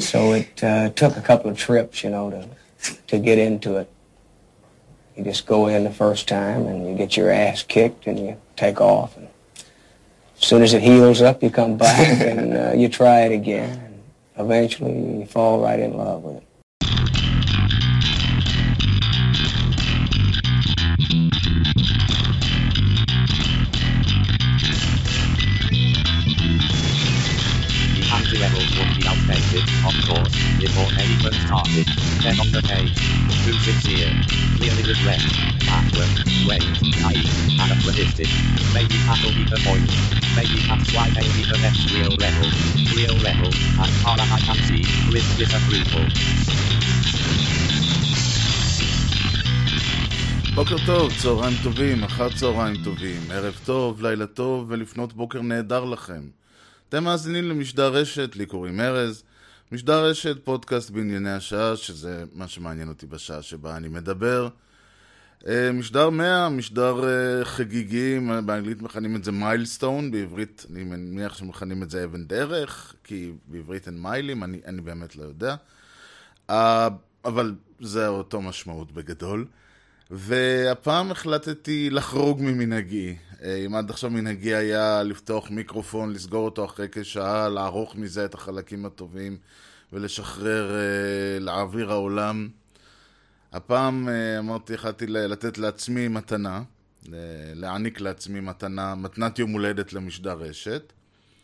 So it took a couple of trips, to get into it. You just go in the first time and you get your ass kicked and you take off. And as soon as it heals up, you come back and you try it again. And eventually you fall right in love with it. Levels would be outdated, of course, before anyone started. Then on the page, who's it here? Clearly regret, backward, wait, naive, anachronistic. Maybe that'll be the point. Maybe that's why they be the next real level. As far as I can see, with disapproval. בוקר טוב, צהריים טובים, אחר צהריים טובים, ערב טוב, לילה טוב ולפנות בוקר נהדר לכם. אתם מאזינים למשדר רשת, לי קוראים ארז. משדר רשת, פודקאסט בענייני השעה, שזה מה שמעניין אותי בשעה שבה אני מדבר. משדר 100, משדר חגיגי, באנגלית מכנים את זה מיילסטון, בעברית אני מניח שמכנים את זה אבן דרך, כי בעברית אין מיילים, אני באמת לא יודע. אבל זה אותו משמעות בגדול. והפעם החלטתי לחרוג ממנהגי. אם עד עכשיו מנהגי היה לפתוח מיקרופון, לסגור אותו אחרי כשעה, לערוך מזה את החלקים הטובים ולשחרר לאוויר העולם. הפעם אמרתי, החלטתי לתת לעצמי מתנה, להעניק לעצמי מתנת יום הולדת למשדר רשת,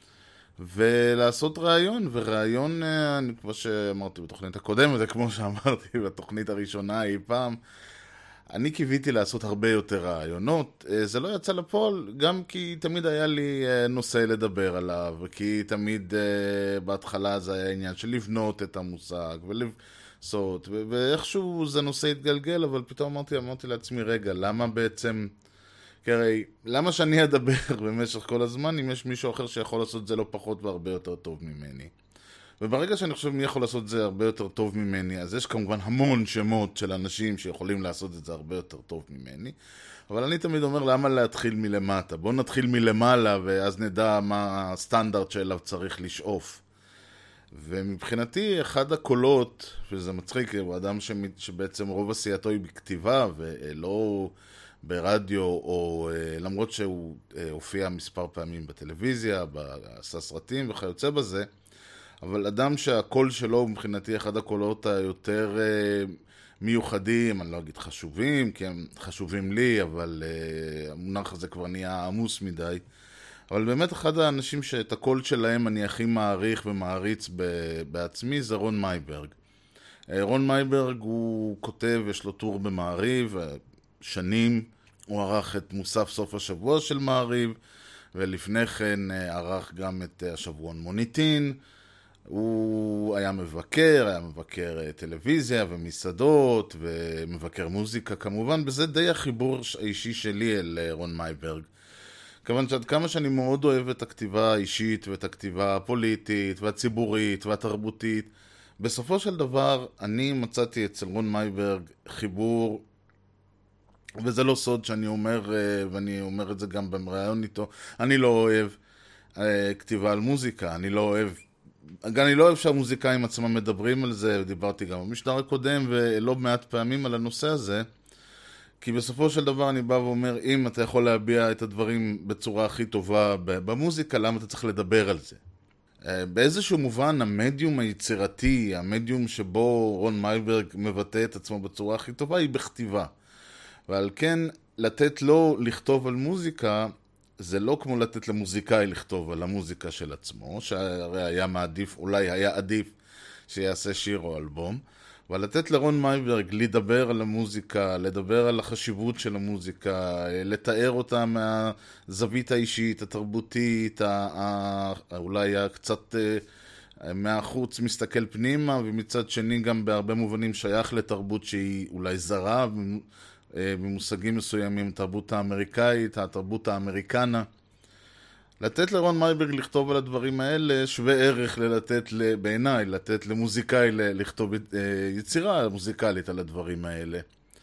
ולעשות רעיון, ורעיון, כמו שאמרתי בתוכנית הקודמת, וכמו שאמרתי בתוכנית הראשונה אי פעם, אני קיוויתי לעשות הרבה יותר רעיונות. זה לא יצא לפועל, גם כי תמיד היה לי נושא לדבר עליו, וכי תמיד בהתחלה זה היה עניין של לבנות את המושג ולבסות, ואיכשהו זה נושא התגלגל, אבל פתאום אמרתי לעצמי, רגע, למה בעצם, כי למה שאני אדבר במשך כל הזמן אם יש מישהו אחר שיכול לעשות זה לא פחות והרבה יותר טוב ממני? וברגע שאני חושב מי יכול לעשות את זה הרבה יותר טוב ממני, אז יש כמובן המון שמות של אנשים שיכולים לעשות את זה הרבה יותר טוב ממני, אבל אני תמיד אומר, למה להתחיל מלמטה? בואו נתחיל מלמעלה ואז נדע מה הסטנדרט שאליו צריך לשאוף. ומבחינתי אחד הקולות, וזה מצחיק, הוא אדם שבעצם רוב עשייתו היא בכתיבה ולא ברדיו, או למרות שהוא הופיע מספר פעמים בטלוויזיה, עשה סרטים וכיוצא בזה, אבל אדם שהקול שלו הוא מבחינתי אחד הקולות היותר מיוחדים, אני לא אגיד חשובים, כי הם חשובים לי, אבל המונח הזה כבר נהיה עמוס מדי. אבל באמת אחד האנשים שאת הקול שלהם אני הכי מעריך ומעריץ בעצמי זה רון מייברג. רון מייברג הוא כותב, יש לו טור במעריב, שנים, הוא ערך את מוסף סוף השבוע של מעריב, ולפני כן ערך גם את השבועון מוניטין, הוא היה מבקר טלוויזיה ומסעדות ומבקר מוזיקה כמובן, וזה די החיבור האישי שלי אל רון מייברג. כיוון שעד כמה שאני מאוד אוהב את הכתיבה האישית ואת הכתיבה הפוליטית והציבורית והתרבותית, בסופו של דבר אני מצאתי אצל רון מייברג חיבור, וזה לא סוד שאני אומר, ואני אומר את זה גם במראיון איתו, אני לא אוהב כתיבה על מוזיקה, אני לא אוהב שהמוזיקאים עצמם מדברים על זה, דיברתי גם במשדר הקודם ולא מעט פעמים על הנושא הזה, כי בסופו של דבר אני בא ואומר, אם אתה יכול להביע את הדברים בצורה הכי טובה במוזיקה, למה אתה צריך לדבר על זה? באיזשהו מובן, המדיום היצירתי, המדיום שבו רון מייברג מבטא את עצמו בצורה הכי טובה, היא בכתיבה. ועל כן, לתת לו לכתוב על מוזיקה, זה לא כמו לתת למוזיקאי לכתוב על המוזיקה של עצמו, שהרי היה מעדיף, אולי היה עדיף שיעשה שיר או אלבום, אבל לתת לרון מייברג לדבר על המוזיקה, לדבר על החשיבות של המוזיקה, לתאר אותה מהזווית האישית, התרבותית, אולי קצת מהחוץ מסתכל פנימה, ומצד שני גם בהרבה מובנים שייך לתרבות שהיא אולי זרה, במושגים מסוימים, תרבות האמריקאית, התרבות האמריקנה. לתת לרון מייברג לכתוב על הדברים האלה שווה ערך בעיניי, לתת למוזיקאי לכתוב יצירה מוזיקלית על הדברים האלה.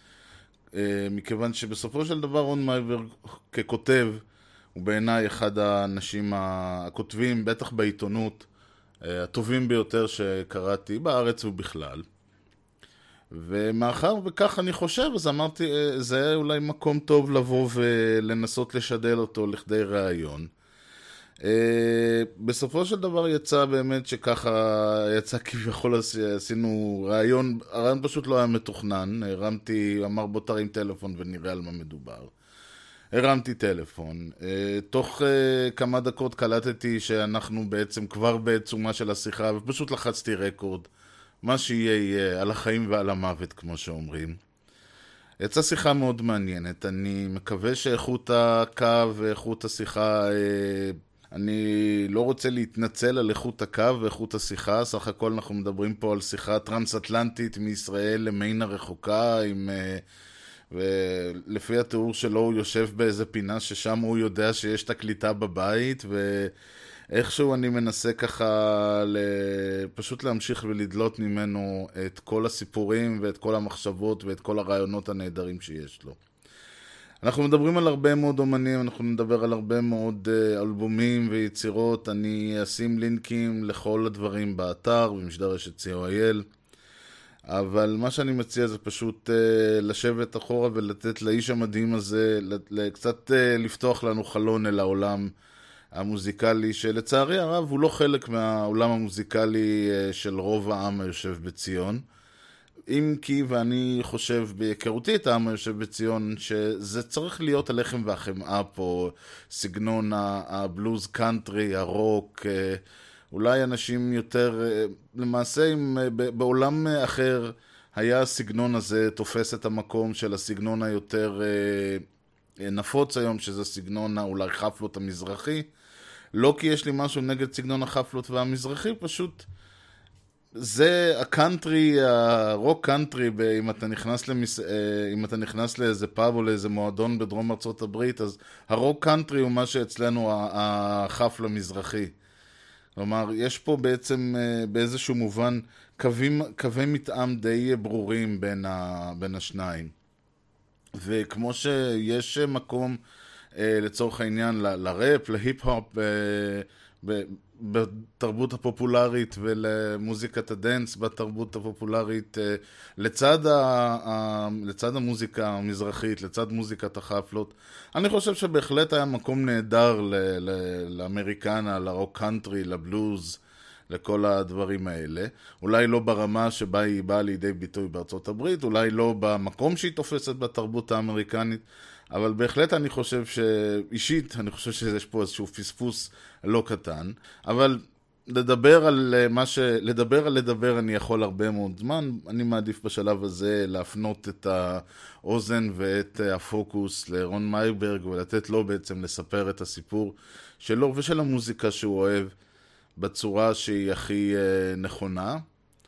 מכיוון שבסופו של דבר רון מייברג ככותב הוא בעיניי אחד האנשים הכותבים, בטח בעיתונות, הטובים ביותר שקראתי בארץ ובכלל. ומאחר וכך אני חושב, אז אמרתי, זה אולי מקום טוב לבוא ולנסות לשדל אותו לכדי רעיון. בסופו של דבר יצא באמת שככה, יצא כביכול עשינו רעיון, הרעיון פשוט לא היה מתוכנן, אמר בוא תרים טלפון ונראה על מה מדובר. הרמתי טלפון, תוך כמה דקות קלטתי שאנחנו בעצם כבר בעצומה של השיחה, ופשוט לחצתי רקורד, מה שיהיה על החיים ועל המוות כמו שאומרים. יצאה שיחה מאוד מעניינת, אני מקווה שאיכות הקו ואיכות השיחה, אני לא רוצה להתנצל על איכות הקו ואיכות השיחה, סך הכל אנחנו מדברים פה על שיחה טרנס-אטלנטית מישראל למיין הרחוקה, ולפי התיאור שלו הוא יושב באיזה פינה ששם הוא יודע שיש תקליטה בבית, ואיכשהו אני מנסה ככה פשוט להמשיך ולדלות ממנו את כל הסיפורים ואת כל המחשבות ואת כל הרעיונות הנהדרים שיש לו. אנחנו מדברים על הרבה מאוד אומנים, אנחנו נדבר על הרבה מאוד אלבומים ויצירות, אני אשים לינקים לכל הדברים באתר במשדר רשת co.il, אבל מה שאני מציע זה פשוט לשבת אחורה ולתת לאיש המדהים הזה, קצת לפתוח לנו חלון אל העולם המוזיקלי, שלצערי הרב הוא לא חלק מהעולם המוזיקלי של רוב העם היושב בציון. אם כי, ואני חושב בהיכרותי את העם היושב בציון, שזה צריך להיות הלחם והחמאה פה, סגנון הבלוז קאנטרי, הרוק, אולי אנשים יותר, למעשה אם בעולם אחר היה הסגנון הזה תופס את המקום של הסגנון היותר נפוץ היום, שזה סגנון אולי חפלות המזרחי, לא כי יש לי משהו נגד סגנון החפלות והמזרחי, פשוט זה הקאנטרי, הרוק קאנטרי, אם אתה נכנס לאיזה פאב או לאיזה מועדון בדרום ארצות הברית, אז הרוק קאנטרי הוא מה שאצלנו החפל המזרחי. כלומר, יש פה בעצם באיזשהו מובן קווי מתאם די ברורים בין השניים. וכמו שיש מקום לצורך העניין לראפ, להיפ-הופ, בתרבות הפופולרית ולמוזיקת הדנס בתרבות הפופולרית, לצד המוזיקה המזרחית, לצד מוזיקת החפלות, אני חושב שבהחלט היה מקום נהדר לאמריקנה, לרוק קאנטרי, לבלוז, לכל הדברים האלה. אולי לא ברמה שבה היא באה לידי ביטוי בארצות הברית, אולי לא במקום שהיא תופסת בתרבות האמריקנית, אבל בהחלט אני חושב אישית, אני חושב שיש פה איזשהו פספוס לא קטן, אבל לדבר אני יכול הרבה מאוד זמן, אני מעדיף בשלב הזה להפנות את האוזן ואת הפוקוס לרון מייברג, ולתת לו בעצם לספר את הסיפור שלו ושל המוזיקה שהוא אוהב בצורה שהיא הכי נכונה,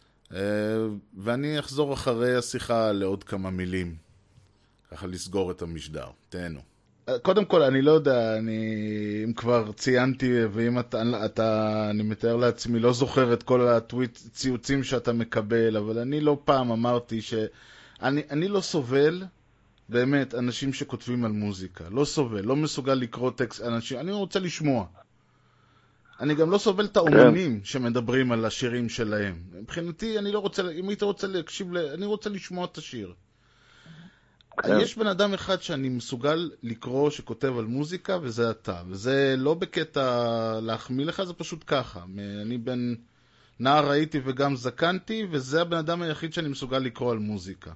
ואני אחזור אחרי השיחה לעוד כמה מילים. ככה לסגור את המשדר, תהנו. קודם כל, אני לא יודע, אם כבר ציינתי, ואם אני מתאר לעצמי, לא זוכר את כל הציוצים שאתה מקבל, אבל אני לא פעם אמרתי שאני לא סובל, באמת, אנשים שכותבים על מוזיקה. לא סובל, לא מסוגל לקרוא טקסט, אני רוצה לשמוע. אני גם לא סובל את האומנים שמדברים על השירים שלהם. מבחינתי, אני לא רוצה, אם היית רוצה להקשיב, אני רוצה לשמוע את השיר. יש בן אדם אחד שאני מסוגל לקרוא שכותב על מוזיקה, וזה אתה. וזה לא בקטע להחמיא לך, זה פשוט ככה. אני בן נער הייתי וגם זקנתי, וזה הבן אדם היחיד שאני מסוגל לקרוא על מוזיקה.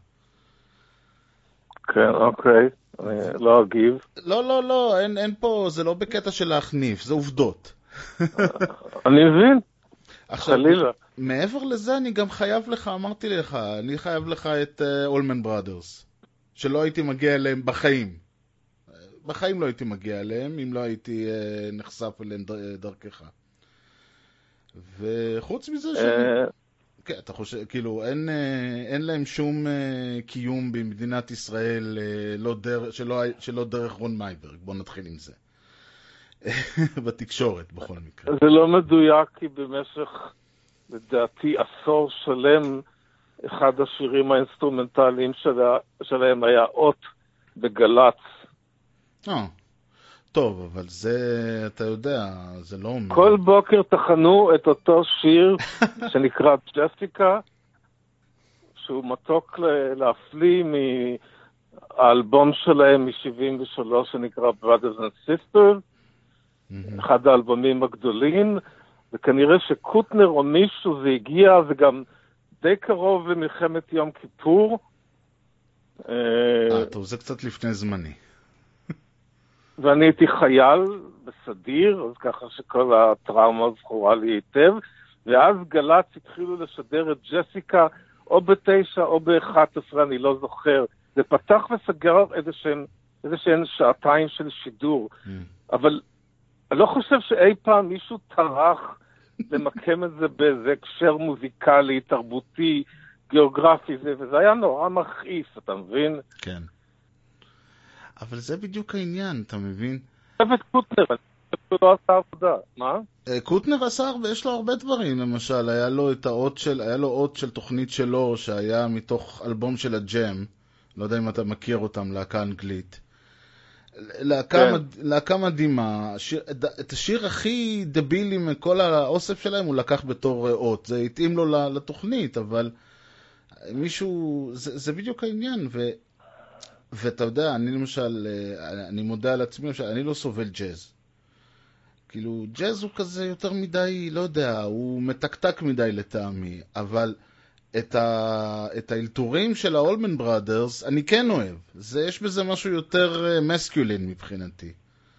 כן, אוקיי. לא אגיב. לא, אין פה, זה לא בקטע של להחניף, זה עובדות. אני מבין. חלילה. מעבר לזה אני גם חייב לך, אמרתי לך, אני חייב לך את אולמן בראדרס. שלא הייתי מגיע אליהם בחיים. בחיים לא הייתי מגיע אליהם, אם לא הייתי נחשף אליהם דרכך. וחוץ מזה כן, אתה חושב, כאילו, אין להם שום קיום במדינת ישראל שלא דרך רון מייברג. בוא נתחיל עם זה. בתקשורת, בכל מקרה. זה לא מדויק, כי במשך, לדעתי, עשור שלם, אחד השירים האינסטרומנטליים שלהם היה אות בגלץ. טוב, אבל זה, אתה יודע, זה לא אומר. כל בוקר תחנו את אותו שיר שנקרא ג'סיקה, שהוא מתוק להפליא מהאלבום שלהם מ-73 שנקרא Brothers and Sisters, אחד האלבומים הגדולים, וכנראה שקוטנר או מישהו זה הגיע, זה גם די קרוב למלחמת יום כיפור. טוב, זה קצת לפני זמני. ואני הייתי חייל בסדיר, אז ככה שכל הטראומה זכורה לי היטב, ואז גל"צ התחילו לשדר את ג'סיקה או ב-9 או ב-11, אני לא זוכר. זה פתח וסגר איזשהן שעתיים של שידור, אבל אני לא חושב שאי פעם מישהו טרח למקם את זה באיזה הקשר מוזיקלי, תרבותי, גיאוגרפי, וזה היה נורא מכעיס, אתה מבין? כן. אבל זה בדיוק העניין, אתה מבין? שבט קוטנר, אני לא עשה עבודה, מה? קוטנר עשה הרבה, יש לו הרבה דברים, למשל, היה לו אות של תוכנית שלו, שהיה מתוך אלבום של הג'ם, לא יודע אם אתה מכיר אותם, להקה אנגלית. להקה מדהימה, את השיר הכי דבילי מכל האוסף שלהם הוא לקח בתור אות, זה התאים לו לתוכנית, אבל מישהו, זה בדיוק העניין, ואתה יודע, אני למשל, אני מודה על עצמי, אני לא סובל ג'אז. כאילו, ג'אז הוא כזה יותר מדי, לא יודע, הוא מתקתק מדי לטעמי, אבל את האלתורים של האולמן בראדרס, אני כן אוהב. יש בזה משהו יותר מסקולין מבחינתי.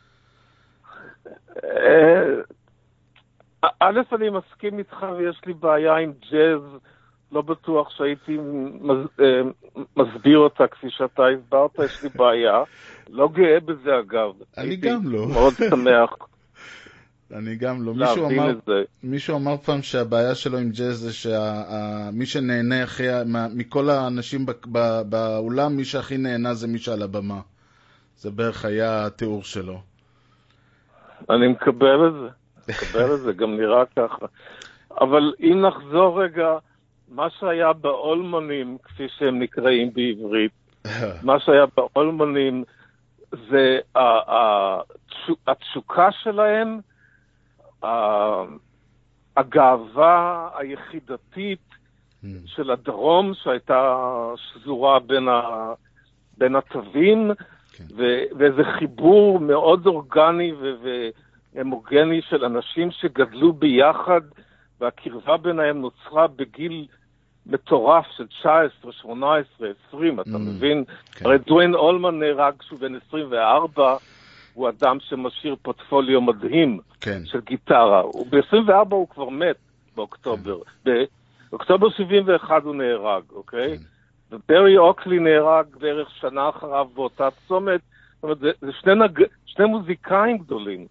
א', אני מסכים איתך ויש לי בעיה עם ג'אז, לא בטוח שהייתי מסביר אותה כפי שאתה הסברת, יש לי בעיה. לא גאה בזה אגב. אני גם לא. מאוד שמח. אני גם לא. מישהו אמר פעם שהבעיה שלו עם ג'אז זה שמי שנהנה מכל האנשים באולם, מי שהכי נהנה זה מי שעל הבמה. זה בערך היה התיאור שלו. אני מקבל את זה. גם נראה ככה. אבל אם נחזור רגע, מה שהיה באולמנים, כפי שהם נקראים בעברית, מה שהיה באולמנים זה התשוקה שלהם, הגאווה היחידתית של הדרום שהייתה שזורה בין התווים, ואיזה חיבור מאוד אורגני והמוגני של אנשים שגדלו ביחד, והקרבה ביניהם נוצרה בגיל מטורף של 19, 18, 20, אתה מבין? הרי דוויין אולמן נהרג כשהוא בן 24, הוא אדם שמשאיר פורטפוליו מדהים של גיטרה. ב-24 הוא כבר מת באוקטובר. באוקטובר 71 הוא נהרג, אוקיי? וברי אוקלי נהרג בערך שנה אחריו באותה צומת. זאת אומרת, זה שני מוזיקאים גדולים.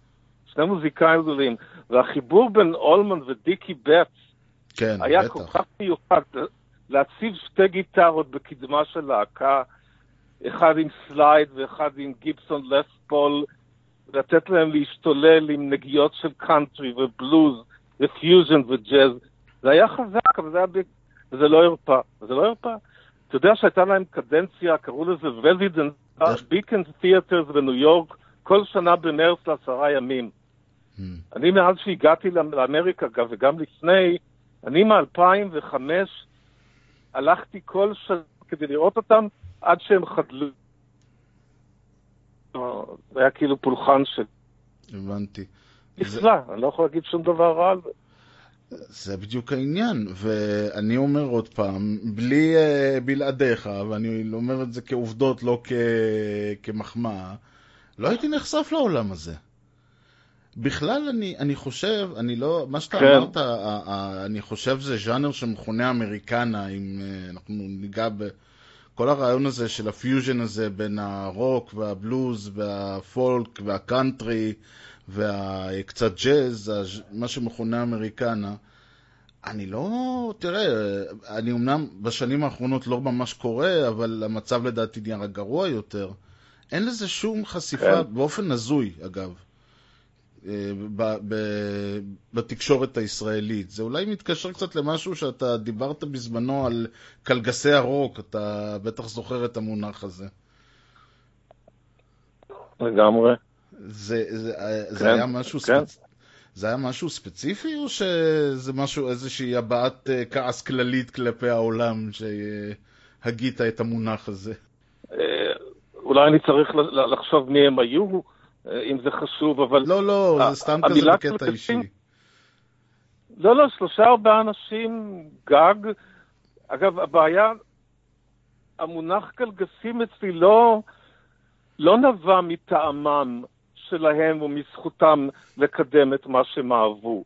והחיבור בין אולמן ודיקי בטס היה כל כך מיוחד. להציב שתי גיטרות בקדמה של להקה, אחד עם סלייד ואחד עם גיבסון לס פול, לתת להם להשתולל עם נגיעות של קאנטרי ובלוז ופיוז'ן וג'אז. זה היה חזק, אבל זה לא הרפא. אתה יודע שהייתה להם קדנציה, קראו לזה ביקנס תיאטרס בניו יורק, כל שנה במרס ל10 ימים. אני מאז שהגעתי לאמריקה, וגם לפני, אני מ-2005 הלכתי כל שנה כדי לראות אותם עד שהם חדלו. זה היה כאילו פולחן של... הבנתי. נפלא, אני לא יכול להגיד שום דבר רע על זה. זה בדיוק העניין, ואני אומר עוד פעם, בלי בלעדיך, ואני אומר את זה כעובדות, לא כמחמאה, לא הייתי נחשף לעולם הזה. בכלל אני חושב, מה שאתה אמרת, אני חושב זה ז'אנר שמכונה אמריקנה, אם אנחנו ניגע בכל הרעיון הזה של הפיוז'ן הזה בין הרוק והבלוז והפולק והקאנטרי וקצת ג'אז, מה שמכונה אמריקנה. אני לא, תראה, אני אמנם בשנים האחרונות לא ממש קורא, אבל המצב לדעתי נראה גרוע יותר. אין לזה שום חשיפה, באופן נזוי אגב, בתקשורת הישראלית. זה אולי מתקשר קצת למשהו שאתה דיברת בזמנו על קלגסי הרוק, אתה בטח זוכר את המונח הזה. לגמרי. זה היה משהו זה היה משהו ספציפי, או שזה משהו, איזושהי הבעת כעס כללית כלפי העולם שהגית את המונח הזה? אולי אני צריך לחשוב מי הם היו, אם זה חשוב, אבל... לא, זה סתם כזה בקטע אישי. לא, 3-4 אנשים גג. אגב, הבעיה, המונח קלגסים אצלי לא נבע מטעמם שלהם ומזכותם לקדם את מה שהם אהבו.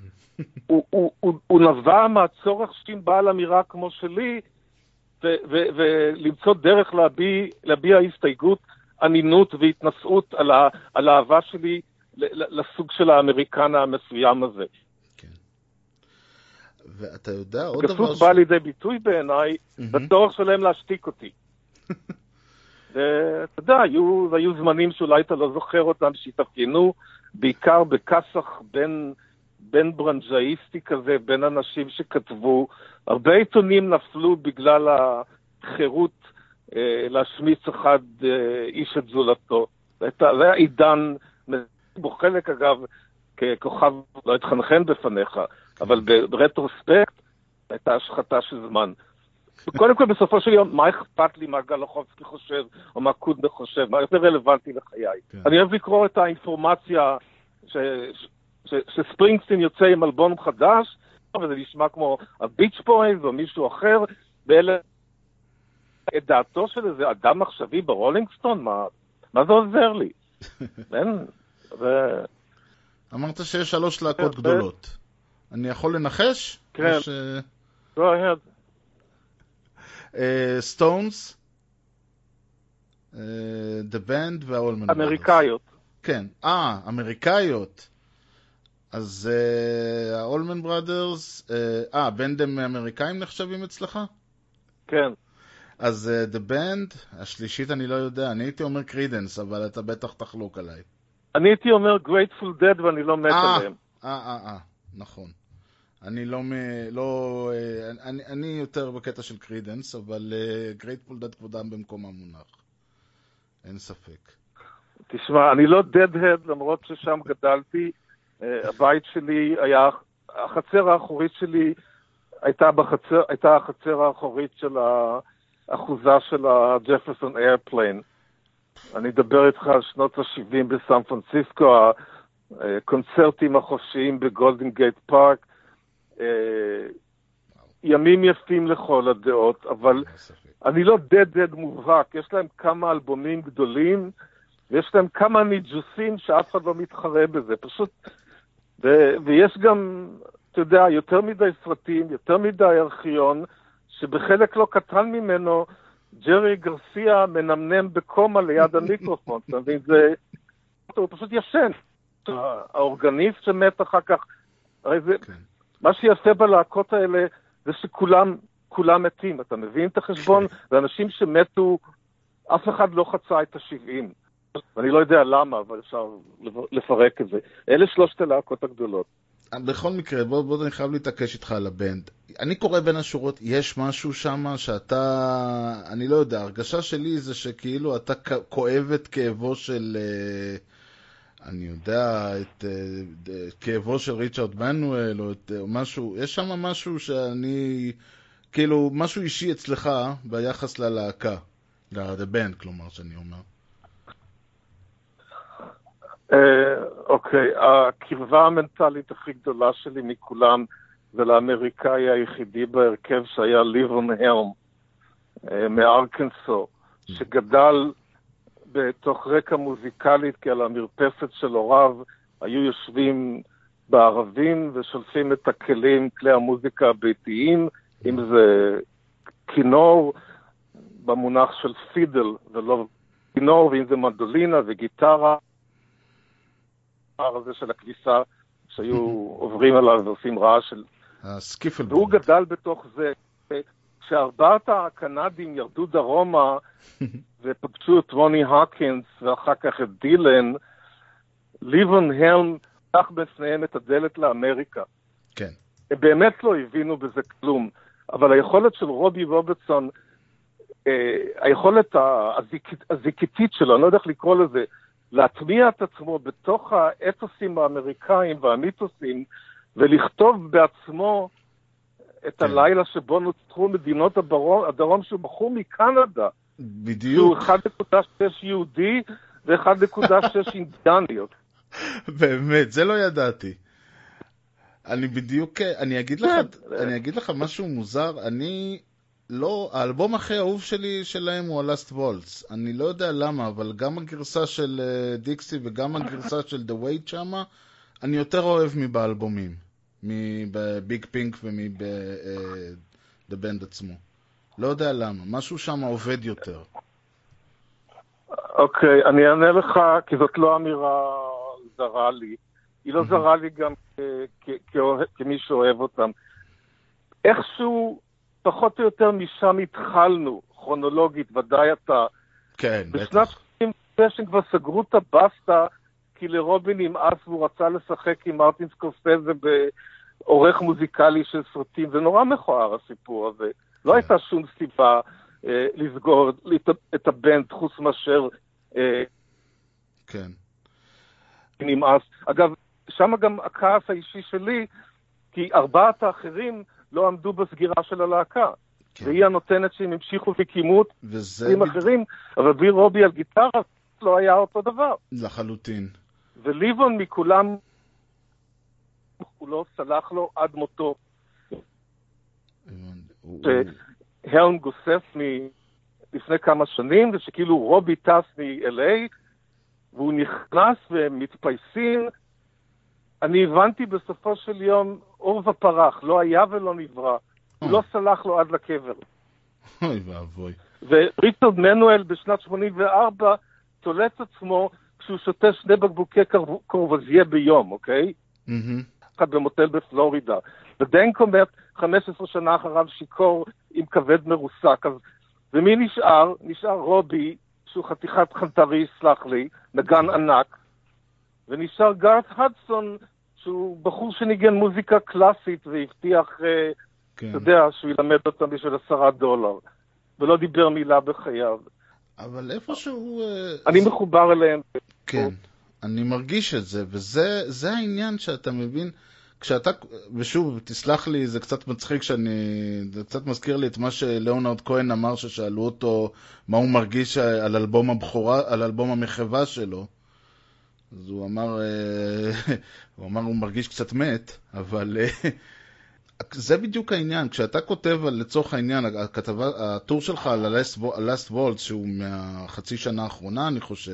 הוא נבע מהצורך שאם בעל אמירה כמו שלי, ולמצוא דרך להביע הסתייגות, ענינות והתנסות על האהבה שלי לסוג של האמריקן המסוים הזה. כן. ואתה יודע עוד דבר... גסות בא לידי ביטוי בעיניי, בצורך שלהם להשתיק אותי. ואתה יודע, היו זמנים שאולי אתה לא זוכר אותם, שהתאפיינו בעיקר בכסח בין ברנג'איסטי כזה, בין אנשים שכתבו. הרבה עיתונים נפלו בגלל החירות להשמיץ אחד איש את זולתו. זה היה עידן, בו חלק אגב, ככוכב לא התחנחן בפניך, אבל ברטרוספקט הייתה השחתה של זמן. קודם כל, בסופו של יום, מה אכפת לי מה גלוחובסקי חושב, או מה קודנה חושב, מה יותר רלוונטי לחיי. אני אוהב לקרוא את האינפורמציה שספרינגסטין יוצא עם אלבום חדש, וזה נשמע כמו הביץ' בויז או מישהו אחר, ואלה את דעתו של איזה אדם מחשבי ברולינג סטון, מה זה עוזר לי? אמרת שיש 3 להקות גדולות. אני יכול לנחש? כן. Go ahead. סטונס, The Band והאולמן בראדרס. אמריקאיות. כן, אמריקאיות. אז האולמן בראדרס, בנד הם אמריקאים נחשבים אצלך? כן. אז The Band, השלישית אני לא יודע, אני הייתי אומר קרידנס, אבל אתה בטח תחלוק עליי. אני הייתי אומר Grateful Dead ואני לא מת עליהם. נכון. אני יותר בקטע של קרידנס, אבל Grateful Dead כבודם במקום המונח. אין ספק. תשמע, אני לא Deadhead, למרות ששם גדלתי. הבית שלי היה, החצר האחורית שלי הייתה החצר האחורית של האחוזה של הג'פרסון איירפליין. אני אדבר איתך על שנות ה-70 בסן פרנסיסקו, הקונצרטים החופשיים בגולדן גייט פארק, ימים יפים לכל הדעות, אבל אני לא דד מובהק. יש להם כמה אלבומים גדולים, ויש להם כמה ניג'וסים שאף אחד לא מתחרה בזה, פשוט, ויש גם, אתה יודע, יותר מדי סרטים, יותר מדי ארכיון, שבחלק לא קטן ממנו, ג'רי גרסיה מנמנם בקומה ליד המיקרופון, אתה מבין, הוא פשוט ישן. האורגניסט שמת אחר כך, הרי זה, מה שיפה בלהקות האלה, זה שכולם מתים, אתה מבין את החשבון? ואנשים שמתו, אף אחד לא חצה את ה-70. ואני לא יודע למה, אבל אפשר לפרק את זה. אלה 3 הלהקות הגדולות. בכל מקרה, בוא אני חייב להתעקש איתך על הבנד. אני קורא בין השורות, יש משהו שם שאתה, אני לא יודע, הרגשה שלי זה שכאילו אתה כואב את כאבו של, אני יודע, את כאבו של ריצ'רד מנואל, או משהו, יש שם משהו שאני, כאילו, משהו אישי אצלך ביחס ללהקה, ל-The Band, כלומר, שאני אומר. אוקיי, הקרבה המנטלית הכי גדולה שלי מכולם זה לאמריקאי היחידי בהרכב שהיה ליבון הלם מארקנסו, שגדל בתוך רקע מוזיקלית, כי על המרפסת של הוריו היו יושבים בערבים ושולפים את הכלים, כלי המוזיקה הביתיים, אם זה כינור במונח של פידל ולא כינור, ואם זה מנדולינה וגיטרה, הזה של הכביסה שהיו עוברים עליו ועושים רעש של... והוא גדל בתוך זה. כשארבעת הקנדים ירדו דרומה ופגשו את רוני הוקינס ואחר כך את דילן, ליבון הלם פתח בפניהם את הדלת לאמריקה. כן. הם באמת לא הבינו בזה כלום, אבל היכולת של רובי רוברטסון, היכולת הזיקתית שלו, אני לא יודע איך לקרוא לזה, להטמיע את עצמו בתוך האתוסים האמריקאים והמיתוסים, ולכתוב בעצמו את הלילה שבו נוצרו מדינות הדרום, שהוא בחור מקנדה. בדיוק. שהוא 1.6 יהודי ו1.6 אינדיאניות. באמת, זה לא ידעתי. אני אגיד לך משהו מוזר, האלבום הכי אהוב שלי שלהם הוא ה-Last Waltz. אני לא יודע למה, אבל גם הגרסה של דיקסי וגם הגרסה של The Wait שמה, אני יותר אוהב מבאלבומים, מביג פינק ומב-The Band עצמו. לא יודע למה, משהו שם עובד יותר. אוקיי, אני אענה לך, כי זאת לא אמירה זרה לי. היא לא זרה לי גם כמי שאוהב אותם. איכשהו, פחות או יותר משם התחלנו, כרונולוגית, ודאי אתה. כן, בטח. בשנת 1999 כבר סגרו את הבסטה, כי לרובין נמאס והוא רצה לשחק עם מרטין סקורסזה בעורך מוזיקלי של סרטים. זה נורא מכוער הסיפור הזה. לא הייתה שום סיבה לסגור את הבנד חוץ מאשר כן. נמאס. אגב, שם גם הכעס האישי שלי, כי 4 האחרים לא עמדו בסגירה של הלהקה. כן. והיא הנותנת שהם המשיכו וקימות עם אחרים, אבל בלי רובי על גיטרה לא היה אותו דבר. לחלוטין. וליבון מכולם, הוא לא סלח לו עד מותו. שהלם גוסף לפני כמה שנים, ושכאילו רובי טס מ-LA, והוא נכנס ומתפייסים. אני הבנתי בסופו של יום אור ופרח, לא היה ולא נברא. הוא לא סלח לו עד לקבר. אוי ואבוי. וריצ'רד מנואל בשנת 84 תולץ עצמו כשהוא שותה 2 בקבוקי קורבזיה ביום, אוקיי? אחד במוטל בפלורידה. ודנק אומר 15 שנה אחריו שיקור עם כבד מרוסק. אז ומי נשאר? נשאר רובי, שהוא חתיכת חנטרי, סלח לי, נגן ענק. ונשאר גארת הדסון, שהוא בחור שניגן מוזיקה קלאסית והבטיח, אתה יודע, שהוא ילמד אותם בשביל $10, ולא דיבר מילה בחייו. אבל איפשהו... אני מחובר אליהם. כן, אני מרגיש את זה, וזה העניין שאתה מבין, כשאתה, ושוב, תסלח לי, זה קצת מצחיק זה קצת מזכיר לי את מה שלאונרד כהן אמר, ששאלו אותו מה הוא מרגיש על אלבום הבכורה, על אלבום המחווה שלו. אז הוא אמר, הוא מרגיש קצת מת, אבל זה בדיוק העניין. כשאתה כותב לצורך העניין, הטור שלך על ה-Last Waltz, שהוא מהחצי שנה האחרונה, אני חושב,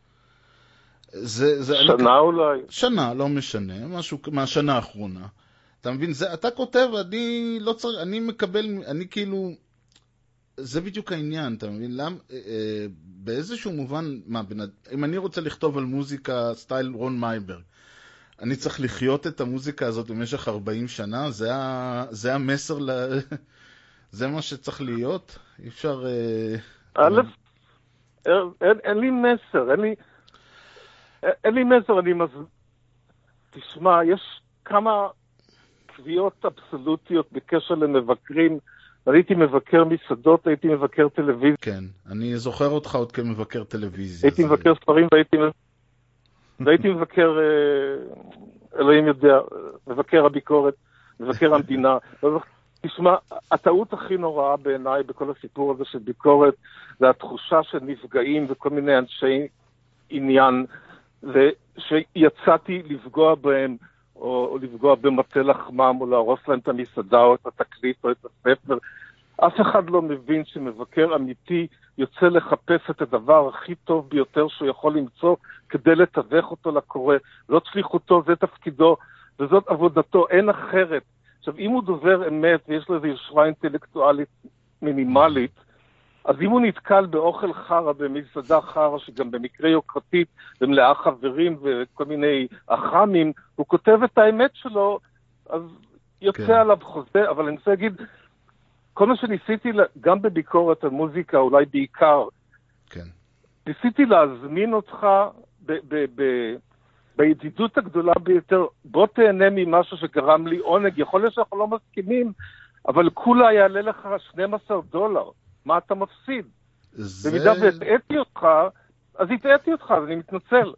שנה אולי. שנה, לא משנה, משהו מהשנה האחרונה. אתה מבין, אתה כותב, אני לא צריך, אני מקבל, אני כאילו, זה בדיוק העניין, אתה מבין? באיזשהו מובן, אם אני רוצה לכתוב על מוזיקה סטייל רון מייברג, אני צריך לחיות את המוזיקה הזאת במשך 40 שנה, זה המסר, זה מה שצריך להיות? אי אפשר... א', אין לי מסר, אין לי מסר, תשמע, יש כמה קביעות אבסולוטיות בקשר למבקרים. הייתי מבקר מסעדות, הייתי מבקר טלוויזיה. כן, אני זוכר אותך עוד כמבקר טלוויזיה. הייתי מבקר ספרים והייתי מבקר, אלוהים יודע, מבקר הביקורת, מבקר המדינה. תשמע, הטעות הכי נוראה בעיניי בכל הסיפור הזה של ביקורת, זה התחושה של נפגעים וכל מיני אנשי עניין, ושיצאתי לפגוע בהם, או לפגוע במטה לחמם, או להרוס להם את המסעדה, או את התקליט, או את הספר. אף אחד לא מבין שמבקר אמיתי יוצא לחפש את הדבר הכי טוב ביותר שהוא יכול למצוא, כדי לתווך אותו לקורא. זאת שליחותו, זה תפקידו, וזאת עבודתו, אין אחרת. עכשיו, אם הוא דובר אמת, ויש לו איזו יושרה אינטלקטואלית מינימלית, אז אם הוא נתקל באוכל חרה, במסעדה חרה, שגם במקרה יוקרתית, ומלאה חברים וכל מיני אחמים, הוא כותב את האמת שלו, אז יוצא עליו חוזה. אבל אני רוצה להגיד, כל מה שניסיתי, גם בביקורת על מוזיקה, אולי בעיקר, ניסיתי להזמין אותך בידידות הגדולה ביותר, בוא תהנה ממשהו שגרם לי עונג, יכול להיות שאנחנו לא מסכימים, אבל כולה יעלה לך $12. מה אתה מפסיד? במידה והטעיתי אותך, אז הטעיתי אותך, אז אני מתנצל.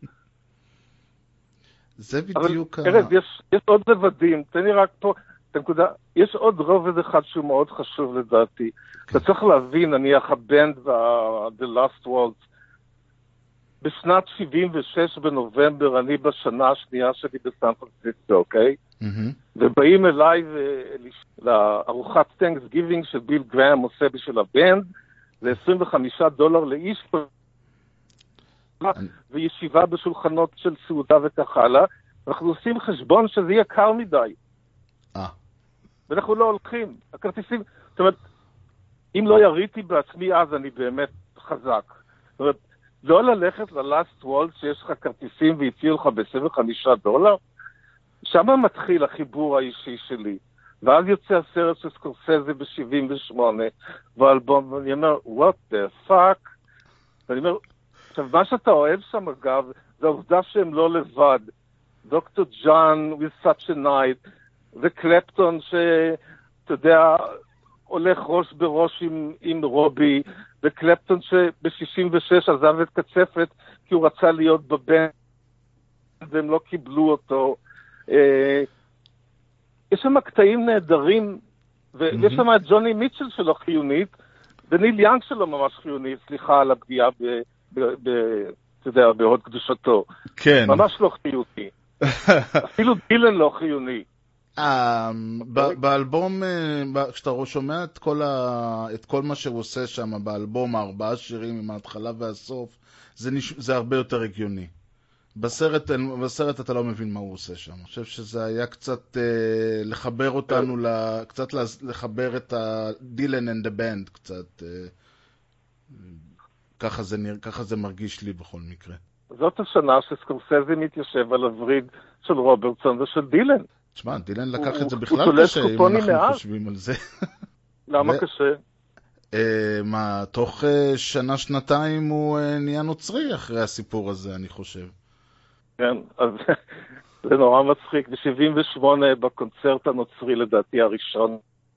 זה בדיוק... אבל ארז, יש עוד רבדים, תן לי רק פה, יש עוד רובד אחד שהוא מאוד חשוב לדעתי. אתה צריך להבין, נניח הבנד The Last Waltz, בשנת 76 בנובמבר, אני בשנה השנייה שלי בסן פרנסיסקו, אוקיי? ובאים אליי לארוחת Thanksgiving שביל גראם עושה בשביל הבנד, זה $25 לאיש, וישיבה בשולחנות של סעודה וכך הלאה. אנחנו עושים חשבון שזה יקר מדי. ואנחנו לא הולכים. הכרטיסים, זאת אומרת, אם לא יריתי בעצמי אז אני באמת חזק. זאת אומרת, לא ללכת ל-Last Waltz שיש לך כרטיסים והציעו לך $25, שם מתחיל החיבור האישי שלי. ואז יוצא הסרט של סקורסזה ב-78, והאלבום, ואני אומר, what the fuck? ואני אומר, עכשיו, מה שאתה אוהב שם, אגב, זה העובדה שהם לא לבד. דוקטור ג'ון, with such a night, וקלפטון שאתה יודע, הולך ראש בראש עם רובי, וקלפטון שב-66 עזב את קצפת, כי הוא רצה להיות בבנד, והם לא קיבלו אותו. יש שם קטעים נהדרים, ויש שם את ג'וני מיטשל שלו חיונית, וניל יאנג שלו ממש חיוני, סליחה על הפגיעה אתה יודע, בהוד קדושתו. כן. ממש לא חיוני. אפילו דילן לא חיוני. באלבום, כשאתה שומע את כל מה שהוא עושה שם, באלבום, 4 שירים עם ההתחלה והסוף, זה הרבה יותר הגיוני. בסרט אתה לא מבין מה הוא עושה שם. אני חושב שזה היה קצת לחבר אותנו, קצת לחבר את דילן and the band, קצת... ככה זה מרגיש לי בכל מקרה. זאת השנה שסקורסזה מתיישב על הווריד של רוברטסון ושל דילן. תשמע, דילן לקח את זה בכלל קשה, אם אנחנו חושבים על זה. למה קשה? מה, תוך שנה-שנתיים הוא נהיה נוצרי אחרי הסיפור הזה, אני חושב. כן, אז זה נורא מצחיק. ב-78 בקונצרט הנוצרי לדעתי הראשון,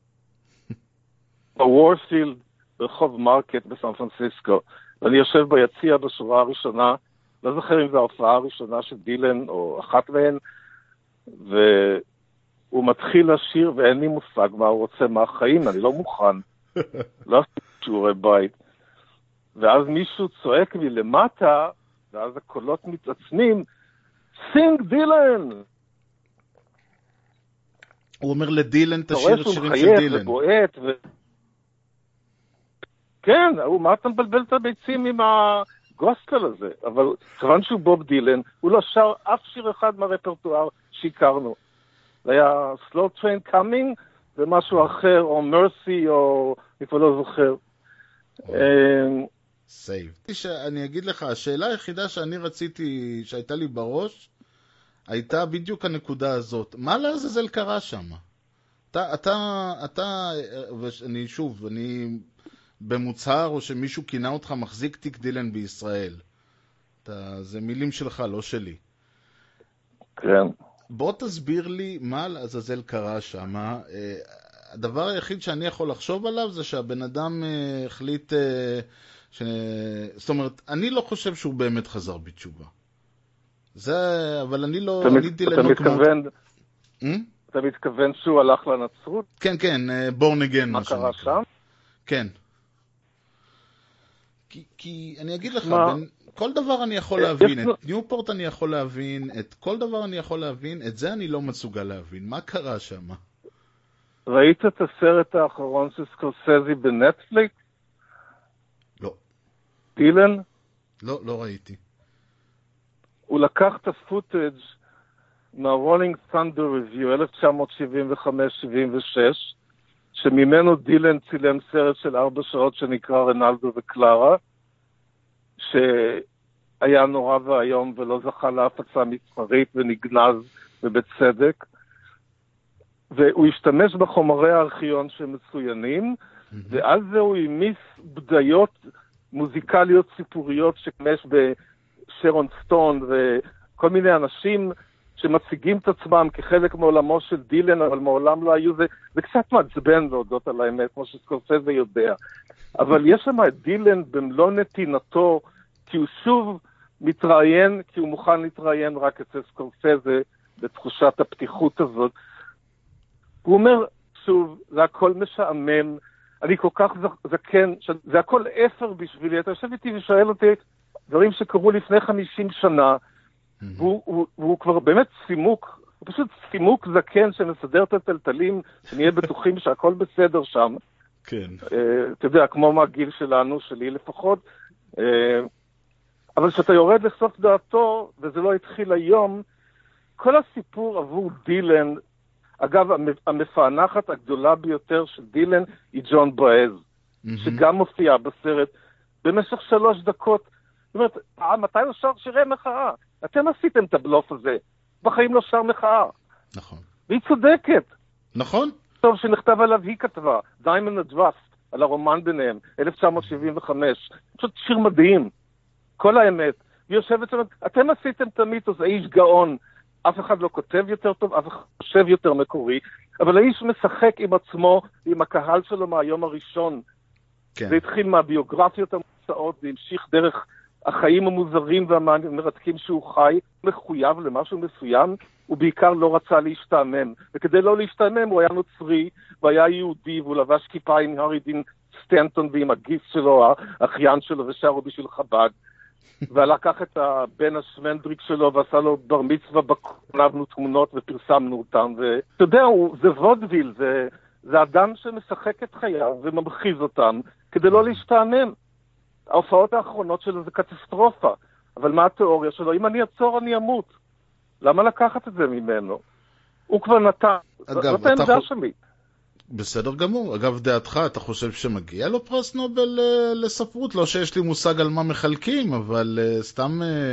בוורפילד, ברחוב מרקט בסן פרנסיסקו, ואני יושב ביציע בשורה הראשונה, לא זוכר אם זו ההופעה הראשונה של דילן או אחת מהן, והוא מתחיל לשיר ואין לי מושג מה הוא רוצה מהחיים, אני לא מוכן, לא עשיתי שיעורי בית. ואז מישהו צועק מלמטה, ואז הקולות מתעצמים, סינג דילן! הוא אומר לדילן, תשאיר את שירים של דילן. ובועט כן, מה אתה מבלבל את הביצים עם הגוספל הזה? אבל כיוון שהוא בוב דילן, הוא לא שר אף שיר אחד מהרפרטואר שהכרנו. זה היה Slow Train Coming, ומשהו אחר, או Mercy, או אני כבר לא זוכר. Save. אני אגיד לך, השאלה היחידה שאני רציתי, שהייתה לי בראש, הייתה בדיוק הנקודה הזאת. מה לעזאזל קרה שם? ואני שוב, אני במוצהר, או שמישהו כינה אותך מחזיק תיק דילן בישראל. זה מילים שלך, לא שלי. כן. בוא תסביר לי מה לעזאזל קרה שם. הדבר היחיד שאני יכול לחשוב עליו זה שהבן אדם החליט זאת אומרת, אני לא חושב שהוא באמת חזר בתשובה. אבל אני לא... אתה מתכוון שהוא הלך לנצרות? כן, כן, born again. מה קרה שם? כן. כי אני אגיד לך, כל דבר אני יכול להבין, את ניופורט אני יכול להבין, את כל דבר אני יכול להבין, את זה אני לא מסוגל להבין. מה קרה שם? ראית את הסרט האחרון של סקורסזה בנטפליקס? לא. דילן? לא, לא ראיתי. הוא לקח את הפוטאג' מה-Rolling Thunder Review 1975-76, שממנו דילן צילם סרט של 4 שעות שנקרא רנלדו וקלרה, שהיה נורא והיום ולא זכה להפצה מסחרית ונגנז ובצדק. והוא השתמש בחומרי הארכיון שמצוינים, ואז הוא המיס בדיות מוזיקליות סיפוריות שכמש בשרון סטון וכל מיני אנשים שמציגים את עצמם כחלק מעולמו של דילן, אבל מעולם לא היו זה קצת מעצבן להודות על האמת, כמו שסקורסזה יודע. אבל יש שם את דילן במלוא נתינתו כי הוא שוב מתראיין, כי הוא מוכן להתראיין רק אצל סקורסזה, בתחושת הפתיחות הזאת. הוא אומר, שוב, זה הכל משעמם, אני כל כך זקן, זה הכל אפר בשבילי, אתה יושב איתי ושואל אותי דברים שקרו לפני 50 שנה, והוא כבר באמת סימוק, הוא פשוט סימוק זקן שמסדר את הטלטלים, שנהיה בטוחים שהכל בסדר שם. כן. אתה יודע, כמו מהגיל שלנו, שלי לפחות, אבל כשאתה יורד לסוף דעתו, וזה לא התחיל היום, כל הסיפור עבור דילן, אגב, המפענחת הגדולה ביותר של דילן היא ג'ון באז, שגם מופיע בסרט במשך 3 דקות. זאת אומרת, מתי הוא שר שירי מחאה? אתם עשיתם את הבלוף הזה. בחיים לא שר מחאה. נכון. והיא צודקת. נכון. טוב שנכתב עליו, היא כתבה, Diamond and Dust, על הרומן ביניהם, 1975. פשוט שיר מדהים. כל האמת. והיא יושבת שם, אתם עשיתם את המיתוס, האיש גאון. אף אחד לא כותב יותר טוב, אף אחד חושב יותר מקורי, אבל האיש משחק עם עצמו, עם הקהל שלו מהיום הראשון. כן. זה התחיל מהביוגרפיות המוצאות, זה המשיך דרך החיים המוזרים והמרתקים שהוא חי, מחויב למשהו מסוים, הוא בעיקר לא רצה להשתעמם. וכדי לא להשתעמם הוא היה נוצרי, והיה יהודי, והוא לבש כיפה עם הארי דין סטנטון ועם הגיס שלו, האחיין שלו, ושרו בשביל חב"ד. ולקח את הבן השמנדריק שלו ועשה לו בר מצווה בקונבנו תמונות ופרסמנו אותם. ואתה יודע, זה וודוויל, זה אדם שמשחק את חייו וממחיז אותם כדי לא להשתעמם. ההופעות האחרונות שלו זה קטסטרופה, אבל מה התיאוריה שלו? אם אני אעצור אני אמות. למה לקחת את זה ממנו? הוא כבר נתן. זאת העמדה שלי. בסדר גמור. אגב, דעתך, אתה חושב שמגיע לו פרס נובל לספרות? לא שיש לי מושג על מה מחלקים, אבל סתם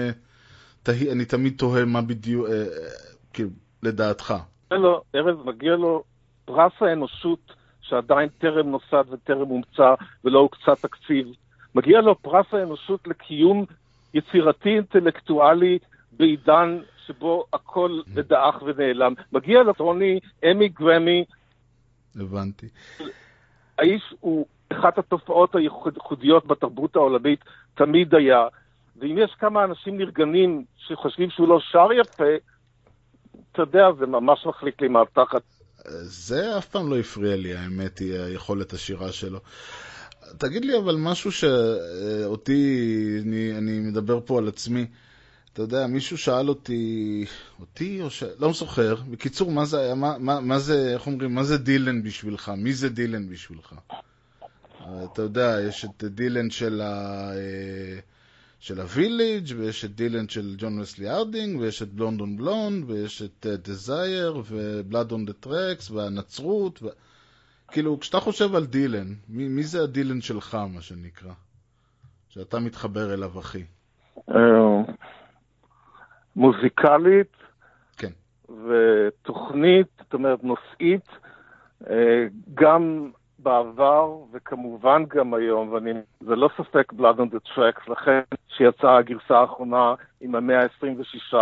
אני תמיד תוהה מה בדיוק, כאילו, לדעתך. לא, ארז, מגיע לו פרס האנושות שעדיין טרם נוסד וטרם הומצא ולא הוקצה תקציב. מגיע לו פרס האנושות לקיום יצירתי אינטלקטואלי בעידן שבו הכל דעך ונעלם. מגיע לו טוני, אמי גרמי. הבנתי. האיש הוא אחת התופעות הייחודיות בתרבות העולמית, תמיד היה. ואם יש כמה אנשים נרגנים שחושבים שהוא לא שר יפה, אתה יודע, זה ממש מחליק לי מהתחת. זה אף פעם לא הפריע לי, האמת היא, היכולת השירה שלו. תגיד לי אבל משהו שאותי, אני מדבר פה על עצמי. אתה יודע, מישהו שאל אותי או לא זוכר, בקיצור, מה זה היה, מה זה, איך אומרים, מה זה דילן בשבילך? מי זה דילן בשבילך? אתה יודע, יש את דילן של הוויליג' ויש את דילן של ג'ון וסלי ארדינג ויש את בלונד און בלונד ויש את דזייר ובלאד און דה טרקס והנצרות כאילו, כשאתה חושב על דילן, מי זה הדילן שלך, מה שנקרא? שאתה מתחבר אליו, אחי? מוזיקלית, כן. ותוכנית, זאת אומרת נושאית, גם בעבר וכמובן גם היום, זה לא ספק Blood on the Tracks, לכן שיצאה הגרסה האחרונה עם 126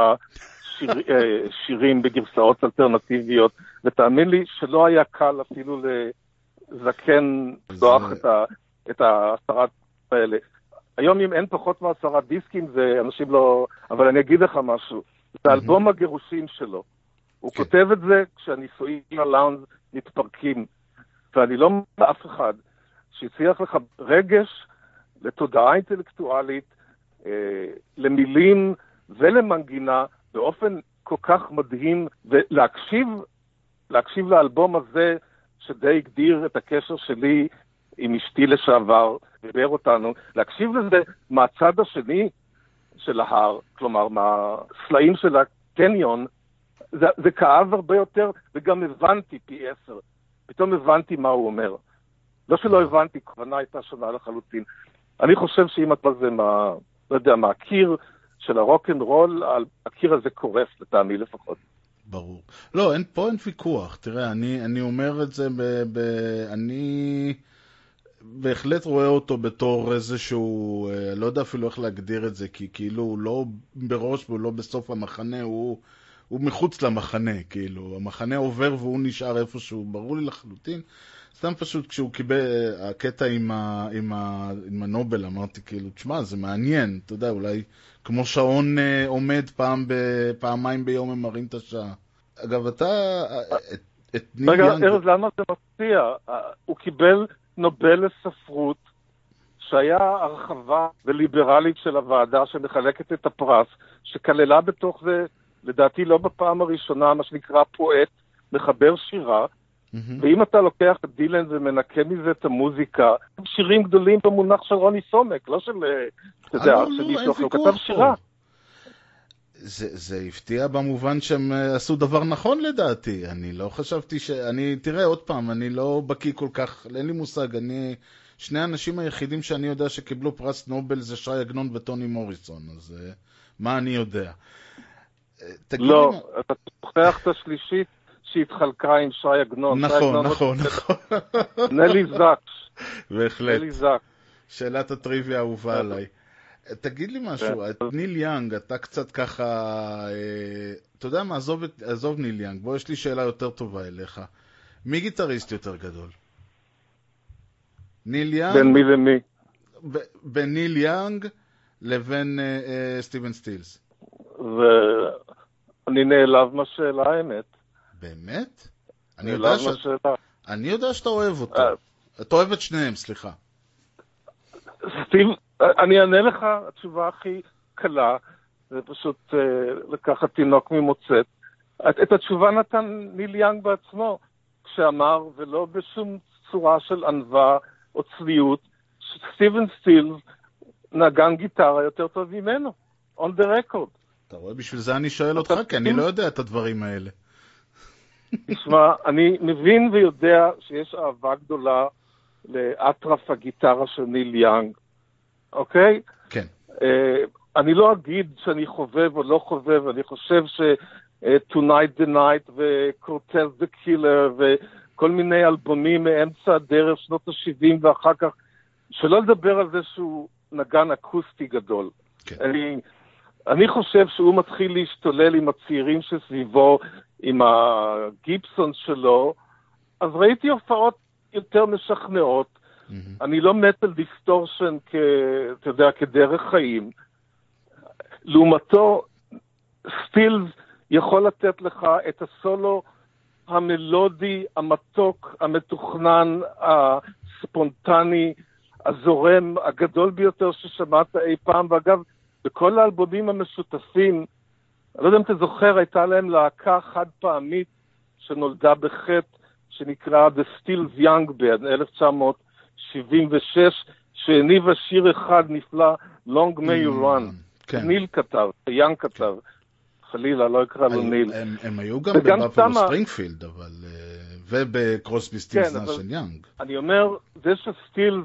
שירים בגרסאות אלטרנטיביות, ותאמין לי שלא היה קל אפילו לזקן לפתוח את 10 האלה. היום אם אין פחות מ10 דיסקים, זה אנשים לא... אבל אני אגיד לך משהו. זה אלבום הגירושים שלו. הוא כותב את זה כשהניסויים ללאונד מתפרקים. ואני לא מבין אף אחד שהצליח לך רגש לתודעה אינטלקטואלית, למילים ולמנגינה, באופן כל כך מדהים, ולהקשיב לאלבום הזה, שדי הגדיר את הקשר שלי עם אשתי לשעבר, ודיבר אותנו, להקשיב לזה מהצד השני של ההר, כלומר, מהסלעים של הקניון, זה כאב הרבה יותר, וגם הבנתי פי 10. פתאום הבנתי מה הוא אומר. לא שלא הבנתי, כוונה הייתה שונה לחלוטין. אני חושב שאם אתה זה לא יודע, מהקיר של הרוק'נ'רול, הקיר הזה קורס לטעמי לפחות. ברור. לא, פה אין ויכוח. תראה, אני אומר את זה, אני בהחלט רואה אותו בתור איזשהו, לא יודע אפילו איך להגדיר את זה, כי כאילו הוא לא בראש והוא לא בסוף המחנה, הוא מחוץ למחנה, כאילו. המחנה עובר והוא נשאר איפשהו, ברור לי לחלוטין. סתם פשוט כשהוא קיבל הקטע עם הנובל, אמרתי כאילו, תשמע, זה מעניין, אתה יודע, אולי כמו שעון עומד פעמיים ביום הם מראים את השעה. אגב, אתה... רגע, ארז, למה זה מפתיע? הוא קיבל נובל לספרות, שהיה הרחבה וליברלית של הוועדה שמחלקת את הפרס, שכללה בתוך זה, לדעתי לא בפעם הראשונה, מה שנקרא פואט, מחבר שירה, ואם אתה לוקח את דילן ומנקה מזה את המוזיקה, שירים גדולים במונח של רוני סומק, לא של, אתה יודע, של מישהו אחר, הוא כתב שירה. זה הפתיע במובן שהם עשו דבר נכון לדעתי, אני לא חשבתי תראה עוד פעם, אני לא בקיא כל כך, אין לי מושג, שני האנשים היחידים שאני יודע שקיבלו פרס נובל זה שי עגנון וטוני מוריסון, אז מה אני יודע? לא, אתה תוכח את השלישית שהתחלקה עם שי עגנון. נכון. נלי זקס. בהחלט. שאלת הטריוויה האהובה עליי. תגיד לי משהו, את ניל יאנג, אתה קצת ככה, אתה יודע מה, עזוב ניל יאנג, בוא, יש לי שאלה יותר טובה אליך. מי גיטריסט יותר גדול? ניל יאנג? בין מי למי? בין ניל יאנג לבין סטיבן סטילס. ואני נעלב מהשאלה, האמת. באמת? אני יודע שאתה אוהב אותו. אתה אוהב את שניהם, סליחה. סטיב, אני אענה לך, התשובה הכי קלה, זה פשוט לקחת תינוק ממוצאת. את התשובה נתן ניל יאנג בעצמו, כשאמר, ולא בשום צורה של ענווה או צביעות, סטיבן סטילס נגן גיטרה יותר טוב ממנו, on the record. אתה רואה, בשביל זה אני שואל אותך, כי אני לא יודע את הדברים האלה. תשמע, אני מבין ויודע שיש אהבה גדולה לאטרף הגיטרה של ניל יאנג, אוקיי? כן. אני לא אגיד שאני חובב או לא חובב, אני חושב Tonight the Night ו-Cortez the Killer וכל מיני אלבומים מאמצע הדרך, שנות ה-70 ואחר כך, שלא לדבר על זה שהוא נגן אקוסטי גדול. כן. אני חושב שהוא מתחיל להשתולל עם הצעירים שסביבו, עם הגיבסון שלו, אז ראיתי הופעות יותר משכנעות. אני לא מת על דיסטורשן אתה יודע, כדרך חיים. לעומתו, סטילס יכול לתת לך את הסולו המלודי, המתוק, המתוכנן, הספונטני, הזורם, הגדול ביותר ששמעת אי פעם. ואגב, בכל האלבומים המשותפים, אני לא יודע אם אתה זוכר, הייתה להם להקה חד פעמית שנולדה בחטא, שנקרא The Stills Young Band, 1976, שהניבה שיר אחד נפלא, Long May You Run. כן. ניל כתב, יאנג כתב. חלילה, לא יקרא לו ניל. הם היו גם בבאפלו ספרינגפילד, אבל... ובקרוסבי סטילס נאש של יאנג. אני אומר, זה שסטילס,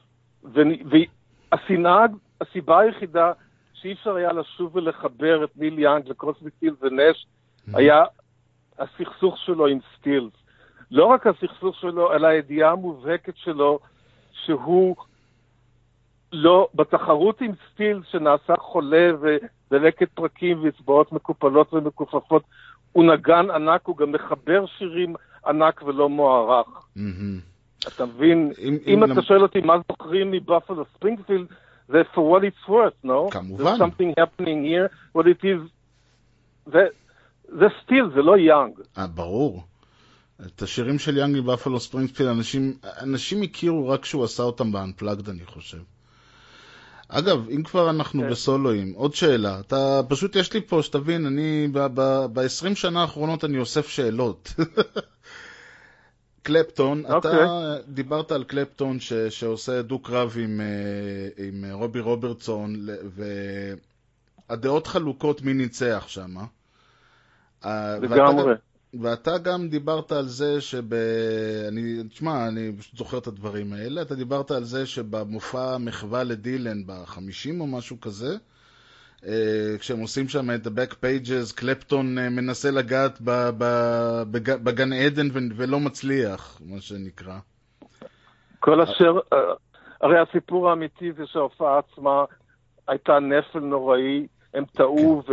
הסיבה היחידה שאי אפשר היה לשוב ולחבר את ניל יאנג לקרוסבי סטילס ונאש, היה הסכסוך שלו עם סטילס. לא רק הסכסוך שלו, אלא הידיעה המובהקת שלו, שהוא לא, בתחרות עם סטילס שנעשה חולה ודלקת פרקים ואצבעות מקופלות ומקופפות, הוא נגן ענק, הוא גם מחבר שירים ענק ולא מוערך. אתה מבין? אם אתה שואל אותי מה זוכרים מבאפלו ספרינגפילד, זה for what it's worth, no? כמובן. There's something happening here, what it is, זה סטיל, זה לא יאנג. ברור. את השירים של יאנג מבאפלו ספרינגפילד, אנשים הכירו רק שהוא עשה אותם באנפלאגד, אני חושב. אגב, אם כבר אנחנו בסולואים, עוד שאלה, פשוט יש לי פה, שתבין, אני ב-20 שנה האחרונות אני אוסף שאלות. קלפטון, אתה דיברת על קלפטון שעושה דו קרב עם רובי רוברטסון, והדעות חלוקות מי ניצח שם. לגמרי. ואתה גם דיברת על זה תשמע, אני זוכר את הדברים האלה, אתה דיברת על זה שבמופע מחווה לדילן ב-50 או משהו כזה, כשהם עושים שם את ה-back pages, קלפטון מנסה לגעת בגן עדן ולא מצליח, מה שנקרא. כל אשר, הרי הסיפור האמיתי זה שההופעה עצמה הייתה נפל נוראי, הם טעו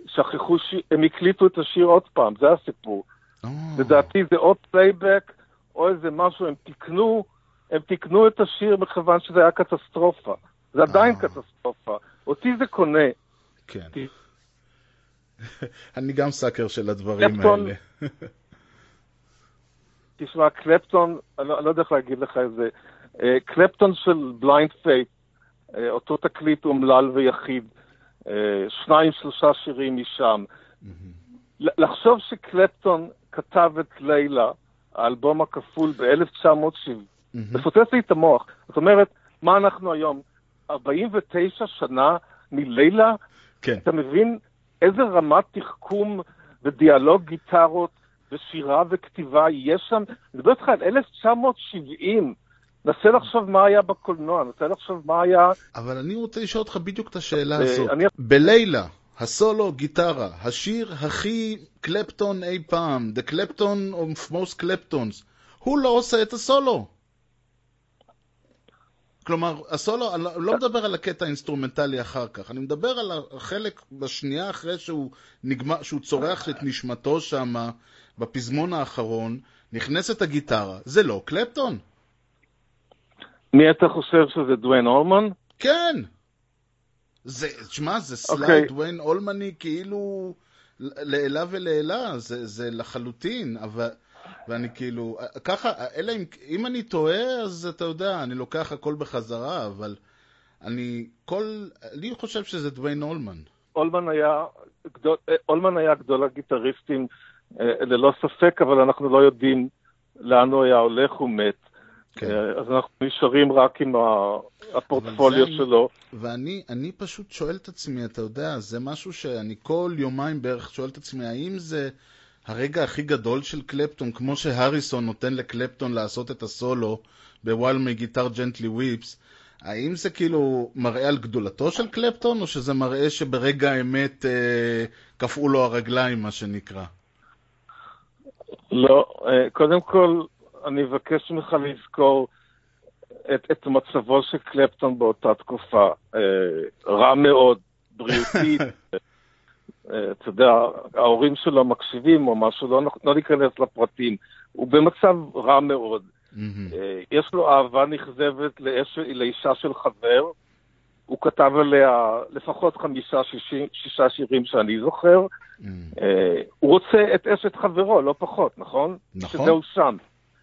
שכחו, הם הקליטו את השיר עוד פעם, זה הסיפור. לדעתי זה או פלייבק, או איזה משהו, הם תיקנו את השיר מכיוון שזה היה קטסטרופה. זה עדיין קטסטרופה. אותי זה קונה. כן. אני גם סאקר של הדברים האלה. תשמע, קלפטון, אני לא יודע איך להגיד לך את זה, קלפטון של בליינד פייט, אותו תקליט אומלל ויחיד, 2-3 שירים משם. לחשוב שקלפטון כתב את לילה, האלבום הכפול ב-1970, מפוצץ לי את המוח. זאת אומרת, מה אנחנו היום? 49 שנה מלילה? כן. אתה מבין איזה רמת תחכום ודיאלוג גיטרות ושירה וכתיבה יש שם? אני מדבר איתך על 1970. נסה לחשוב מה היה בקולנוע, נסה לחשוב מה היה... אבל אני רוצה לשאול אותך בדיוק את השאלה הזאת. בלילה, הסולו, גיטרה, השיר הכי קלפטון אי פעם, The Clapton of Most Claptons, הוא לא עושה את הסולו. כלומר, הסולו, אני לא מדבר על הקטע האינסטרומנטלי אחר כך, אני מדבר על החלק בשנייה אחרי שהוא נגמר, שהוא צורח את נשמתו שם בפזמון האחרון, נכנסת הגיטרה, זה לא קלפטון. מי אתה חושב שזה דוויין אולמן? כן. תשמע, זה סלייד דוויין אולמני כאילו לעילה ולעילה, זה לחלוטין, ואני כאילו, ככה, אלא אם אני טועה, אז אתה יודע, אני לוקח הכל בחזרה, אבל אני חושב שזה דוויין אולמן. אולמן היה גדול הגיטריסטים, ללא ספק, אבל אנחנו לא יודעים לאן הוא היה הולך, הוא מת. כן. אז אנחנו נשארים רק עם הפורטפוליו שלו. ואני פשוט שואל את עצמי, אתה יודע, זה משהו שאני כל יומיים בערך שואל את עצמי, האם זה הרגע הכי גדול של קלפטון, כמו שהריסון נותן לקלפטון לעשות את הסולו בווייל מי גיטר ג'נטלי וויפס, האם זה כאילו מראה על גדולתו של קלפטון, או שזה מראה שברגע האמת קפאו לו הרגליים, מה שנקרא? לא, קודם כל אני אבקש ממך לזכור את מצבו של קלפטון באותה תקופה. רע מאוד, בריאותית. אתה יודע, ההורים שלו מקשיבים או משהו, לא ניכנס לפרטים. הוא במצב רע מאוד. יש לו אהבה נכזבת לאישה של חבר. הוא כתב עליה לפחות 5-6 שירים שאני זוכר. הוא רוצה את אשת חברו, לא פחות, נכון? נכון. שזהו שם.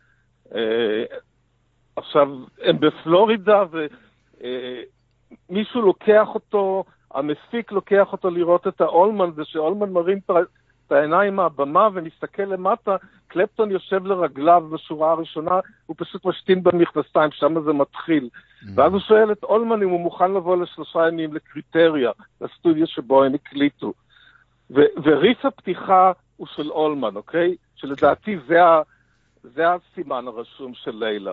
עכשיו, הם בפלורידה ומישהו לוקח אותו, המפיק לוקח אותו לראות את האולמן, זה שאולמן מרים את העיניים מהבמה ומסתכל למטה, קלפטון יושב לרגליו בשורה הראשונה, הוא פשוט משתין במכנסיים, שם זה מתחיל. ואז הוא שואל את אולמן אם הוא מוכן לבוא ל3 ימים לקריטריה, לסטודיו שבו הם הקליטו. וריף הפתיחה הוא של אולמן, אוקיי? שלדעתי זה הסימן הרשום של לילה.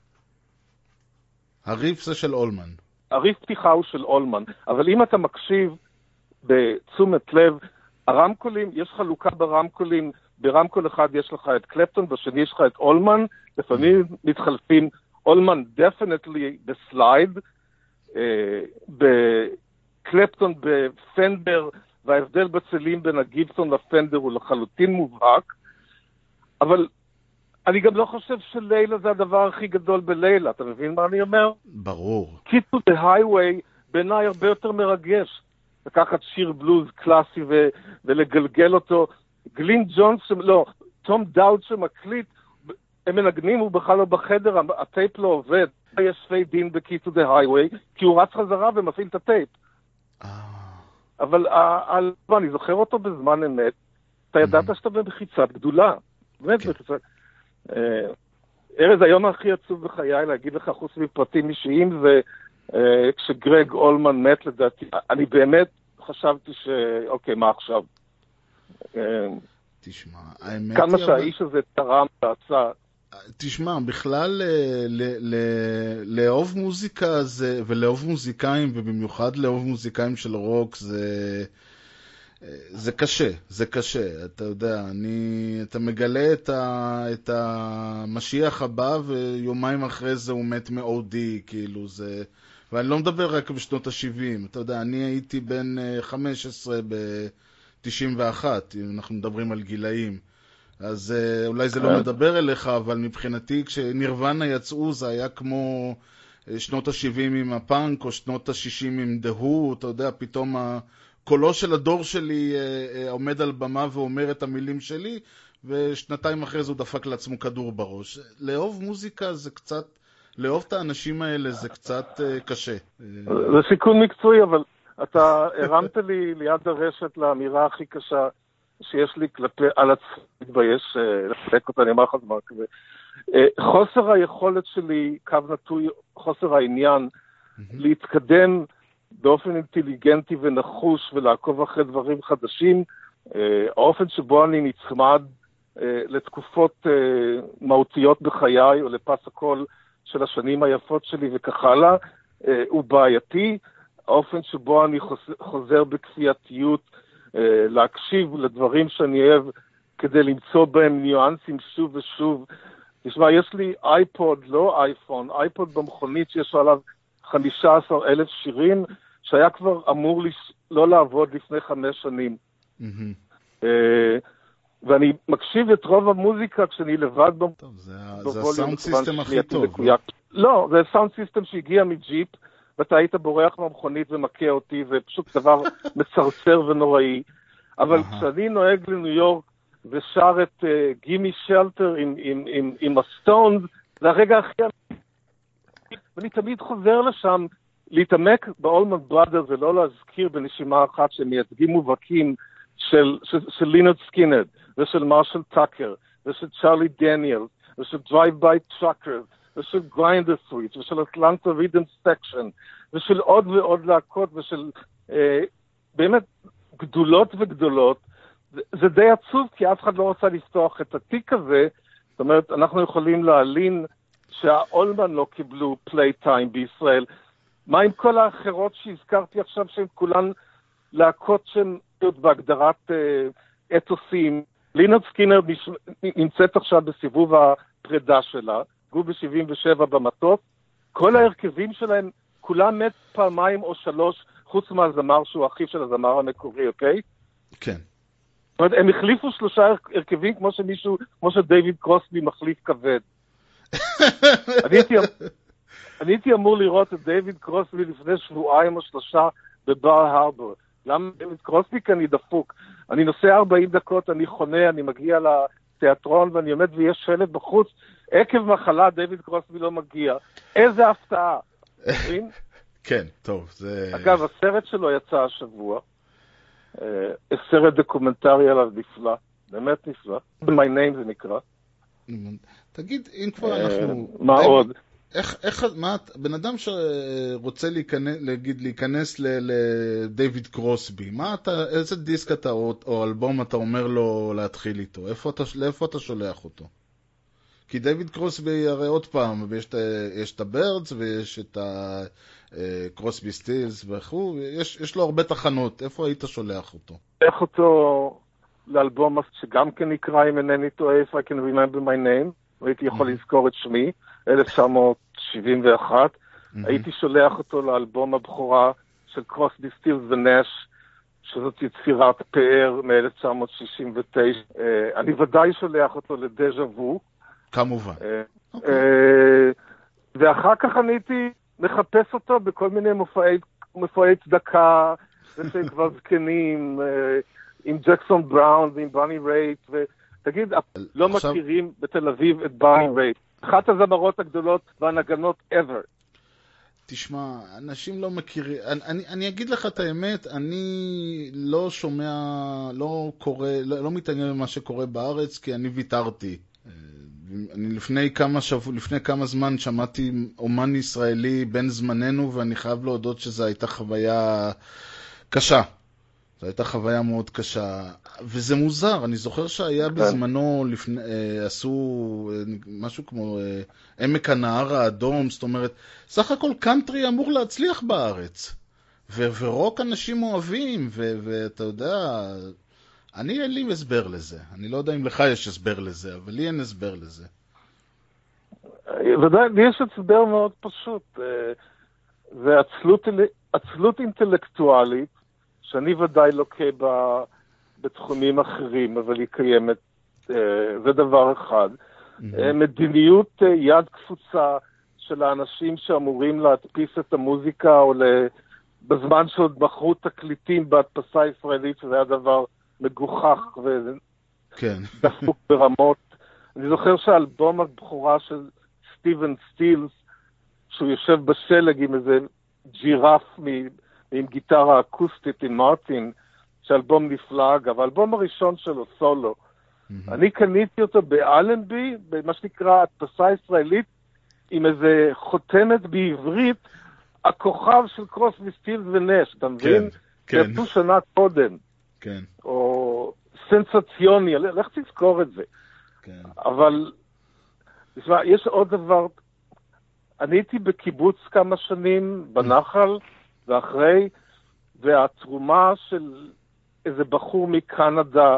הריף זה של אולמן. הריף פתיחה הוא של אולמן, אבל אם אתה מקשיב בתשומת לב, הרמקולים, יש חלוקה ברמקולים, ברמקול אחד יש לך את קלפטון, בשני יש לך את אולמן, לפעמים מתחלפים, אולמן definitely בסלייד, בקלפטון בפנדר, וההבדל בצלים בין הגיבסון לפנדר הוא לחלוטין מובהק, אבל אני גם לא חושב שלילה זה הדבר הכי גדול בלילה, אתה מבין מה אני אומר? ברור. Kid to the Highway בעיניי הרבה יותר מרגש. לקחת שיר בלוז קלאסי ולגלגל אותו. גלין ג'ונס, לא, תום דאוד שמקליט, הם מנגנים, הוא בכלל לא בחדר, הטייפ לא עובד. יש פיידין ב-Kid to the Highway, כי הוא רץ חזרה ומפעיל את הטייפ. אבל אני זוכר אותו בזמן אמת, אתה ידעת שאתה במחיצת גדולה. באמת במחיצת... ארז, היום הכי עצוב בחיי להגיד לך חוץ מפרטים אישיים וכשגרג אולמן מת לדעתי, אני באמת חשבתי אוקיי, מה עכשיו? תשמע, האמת כמה שהאיש הזה תרם ועשה. תשמע, בכלל לאהוב מוזיקה ולאהוב מוזיקאים, ובמיוחד לאהוב מוזיקאים של רוק, זה קשה, זה קשה, אתה יודע, אתה מגלה את המשיח הבא ויומיים אחרי זה הוא מת מאודי, כאילו זה, ואני לא מדבר רק בשנות ה-70, אתה יודע, אני הייתי בן 15 ב-91, אם אנחנו מדברים על גילאים, אז אולי זה לא מדבר אליך, אבל מבחינתי כשנירוונה יצאו זה היה כמו שנות ה-70 עם הפאנק, או שנות ה-60 עם דהו, אתה יודע, פתאום הקולו של הדור שלי עומד על במה ואומר את המילים שלי, ושנתיים אחרי זה הוא דפק לעצמו כדור בראש. לאהוב מוזיקה זה קצת, לאהוב את האנשים האלה זה קצת קשה. זה סיכון מקצועי, אבל אתה הרמת לי ליד הרשת לאמירה הכי קשה שיש לי כלפי, על עצמי, מתבייש לחלק אותה, אני אומר לך זמן כזה. חוסר היכולת שלי, קו נטוי, חוסר העניין, להתקדם באופן אינטליגנטי ונחוש ולעקוב אחרי דברים חדשים, האופן שבו אני נצמד לתקופות מהותיות בחיי או לפס הקול של השנים היפות שלי וכך הלאה, הוא בעייתי. האופן שבו אני חוזר בכפייתיות להקשיב לדברים שאני אוהב כדי למצוא בהם ניואנסים שוב ושוב. תשמע, יש לי אייפוד, לא אייפון, אייפוד במכונית שיש עליו 15,000 שירים, שהיה כבר אמור לא לעבוד לפני 5 שנים. ואני מקשיב את רוב המוזיקה כשאני לבד טוב, זה הסאונד סיסטם הכי טוב. לא, זה סאונד סיסטם שהגיע מג'יפ, ואתה היית בורח מהמכונית ומכה אותי, זה פשוט דבר מצרצר ונוראי. אבל כשאני נוהג לניו יורק ושר את גימי שלטר עם הסטונס, זה הרגע הכי... ואני תמיד חוזר לשם להתעמק באולמן בראדרס, ולא להזכיר בנשימה אחת שמייצגים מובהקים של לינרד סקינרד, ושל מרשל טאקר, ושל צ'רלי דניאל, ושל דרייב ביי טראקר, ושל גריינדר סוויט, ושל אטלנטה רידם סקשן, ושל עוד ועוד להקות, ושל באמת גדולות וגדולות. זה די עצוב, כי אף אחד לא רוצה לפתוח את התיק הזה. זאת אומרת, אנחנו יכולים להלין שהאולמן לא קיבלו פליי טיים בישראל. מה עם כל האחרות שהזכרתי עכשיו, שהן כולן להקות שהן בהגדרת אתוסים? לינרד סקינר נמצאת עכשיו בסיבוב הפרידה שלה, גו ב-77 במטוס, כל ההרכבים שלהם, כולם מת פעמיים או 3, חוץ מהזמר שהוא אחיו של הזמר המקורי, אוקיי? כן. זאת אומרת, הם החליפו 3 הרכבים כמו שדייוויד קרוסבי מחליף כבד. אני הייתי אמור לראות את דייוויד קרוסבי לפני 2 או 3 בבר הרבור. למה דייוויד קרוסבי? כי אני דפוק. אני נוסע 40 דקות, אני חונה, אני מגיע לתיאטרון ואני עומד ויש שלט בחוץ, עקב מחלה דייוויד קרוסבי לא מגיע. איזה הפתעה. כן, טוב. אגב, הסרט שלו יצא השבוע. סרט דוקומנטרי עליו נפלא. באמת נפלא. My Name זה נקרא. תגיד, אם כבר אנחנו... מה עוד? מה, בן אדם שרוצה להיכנס לדייוויד קרוסבי, איזה דיסק אתה או אלבום אתה אומר לו להתחיל איתו? לאיפה אתה שולח אותו? כי דייוויד קרוסבי הרי עוד פעם, יש את הבירדס ויש את הקרוסבי סטילס וכו', יש לו הרבה תחנות, איפה היית שולח אותו? שולח אותו לאלבום שגם כן נקרא, אם אינני טועה, If I can remember my name, והייתי יכול לזכור את שמי, 1971, הייתי שולח אותו לאלבום הבכורה של קרוסבי סטילס ונש, שזאת יצירת פאר מ-1969. אני ודאי שולח אותו לדז'ה וו. כמובן. ואחר כך אני הייתי מחפש אותו בכל מיני מופעי צדקה, ושהם כבר זקנים, עם ג'קסון בראון ועם בוני רייט, ותגיד, לא מכירים בתל אביב את בוני רייט. אחת הזמרות הגדולות והנגנות ever. תשמע, אנשים לא מכירים, אני אגיד לך את האמת, אני לא שומע, לא קורא, לא מתעניין במה שקורה בארץ, כי אני ויתרתי. אני לפני כמה זמן שמעתי אומן ישראלי בין זמננו, ואני חייב להודות שזו הייתה חוויה קשה. זו הייתה חוויה מאוד קשה, וזה מוזר. אני זוכר שהיה בזמנו, עשו משהו כמו עמק הנהר האדום, זאת אומרת, סך הכל קאנטרי אמור להצליח בארץ. ורוק אנשים אוהבים, ואתה יודע, אני אין לי הסבר לזה. אני לא יודע אם לך יש הסבר לזה, אבל לי אין הסבר לזה. ודאי, לי יש הסבר מאוד פשוט. זה עצלות אינטלקטואלית, שאני ודאי לוקה בתחומים אחרים, אבל היא קיימת זה דבר אחד. מדיניות יד קפוצה של האנשים שאמורים להדפיס את המוזיקה, או בזמן שעוד בחרו תקליטים בהדפסה ישראלית, שזה היה דבר מגוחך ודפוק ברמות. אני זוכר שהאלבום הבכורה של סטיבן סטילס, שהוא יושב בשלג עם איזה ג'ירף עם גיטרה אקוסטית עם מרטין, שאלבום נפלא, אגב, האלבום הראשון שלו, סולו. אני קניתי אותו באלנבי, במה שנקרא הדפסה ישראלית, עם איזה חותמת בעברית, הכוכב של קרוסבי, סטילס ונש, אתה מבין? יצאו שנה קודם. כן. או סנסציוני, לך תזכור את זה. כן. אבל, תשמע, יש עוד דבר, אני הייתי בקיבוץ כמה שנים, בנחל, ואחרי, והתרומה של איזה בחור מקנדה,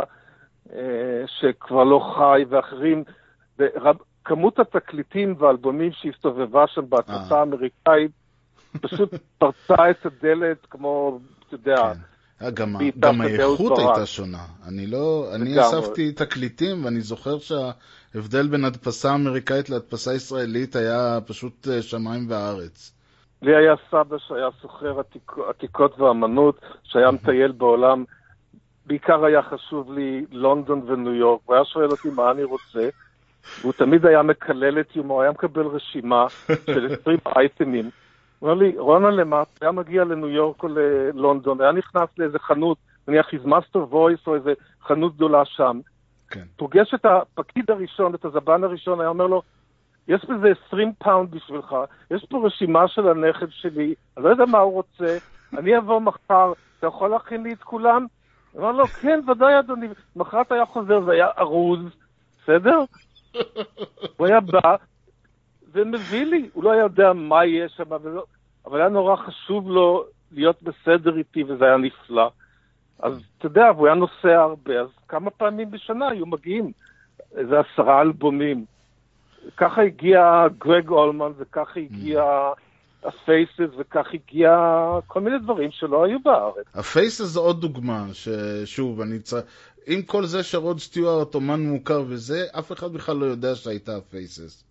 שכבר לא חי, ואחרים, כמות התקליטים והאלבומים שהסתובבה שם בהדפסה האמריקאית, פשוט פרצה את הדלת כמו, אתה יודע, גם האיכות הייתה שונה. אני אספתי תקליטים, ואני זוכר שההבדל בין הדפסה אמריקאית להדפסה ישראלית היה פשוט שמיים וארץ. לי היה סבא שהיה סוחר עתיקות ואמנות, שהיה מטייל בעולם, בעיקר היה חשוב לי לונדון וניו יורק, הוא היה שואל אותי מה אני רוצה, והוא תמיד היה מקלל את יומו, היה מקבל רשימה של 20 אייטמים. הוא אומר לי, רונה למט, היה מגיע לניו יורק או ללונדון, היה נכנס לאיזה חנות, נניח איז מאסטר וויס או איזה חנות גדולה שם, פוגש את הפקיד הראשון, את הזבן הראשון, היה אומר לו, יש בזה 20 פאונד בשבילך, יש פה רשימה של הנכד שלי, אני לא יודע מה הוא רוצה, אני אבוא מחר, אתה יכול להכין לי את כולם? הוא אמר לו, כן, ודאי אדוני, מחרת היה חוזר, זה היה ארוז, בסדר? הוא היה בא, ומביא לי, הוא לא היה יודע מה יש שם, אבל היה נורא חשוב לו להיות בסדר איתי, וזה היה נפלא. אז אתה יודע, הוא היה נוסע הרבה, אז כמה פעמים בשנה היו מגיעים, איזה 10 אלבומים. ככה הגיע גרג אולמן, וככה הגיע הפייסס, וככה הגיע כל מיני דברים שלא היו בארץ. הפייסס זה עוד דוגמה, ששוב, עם כל זה שרוד סטיוארט אומן מוכר וזה, אף אחד בכלל לא יודע שהייתה הפייסס.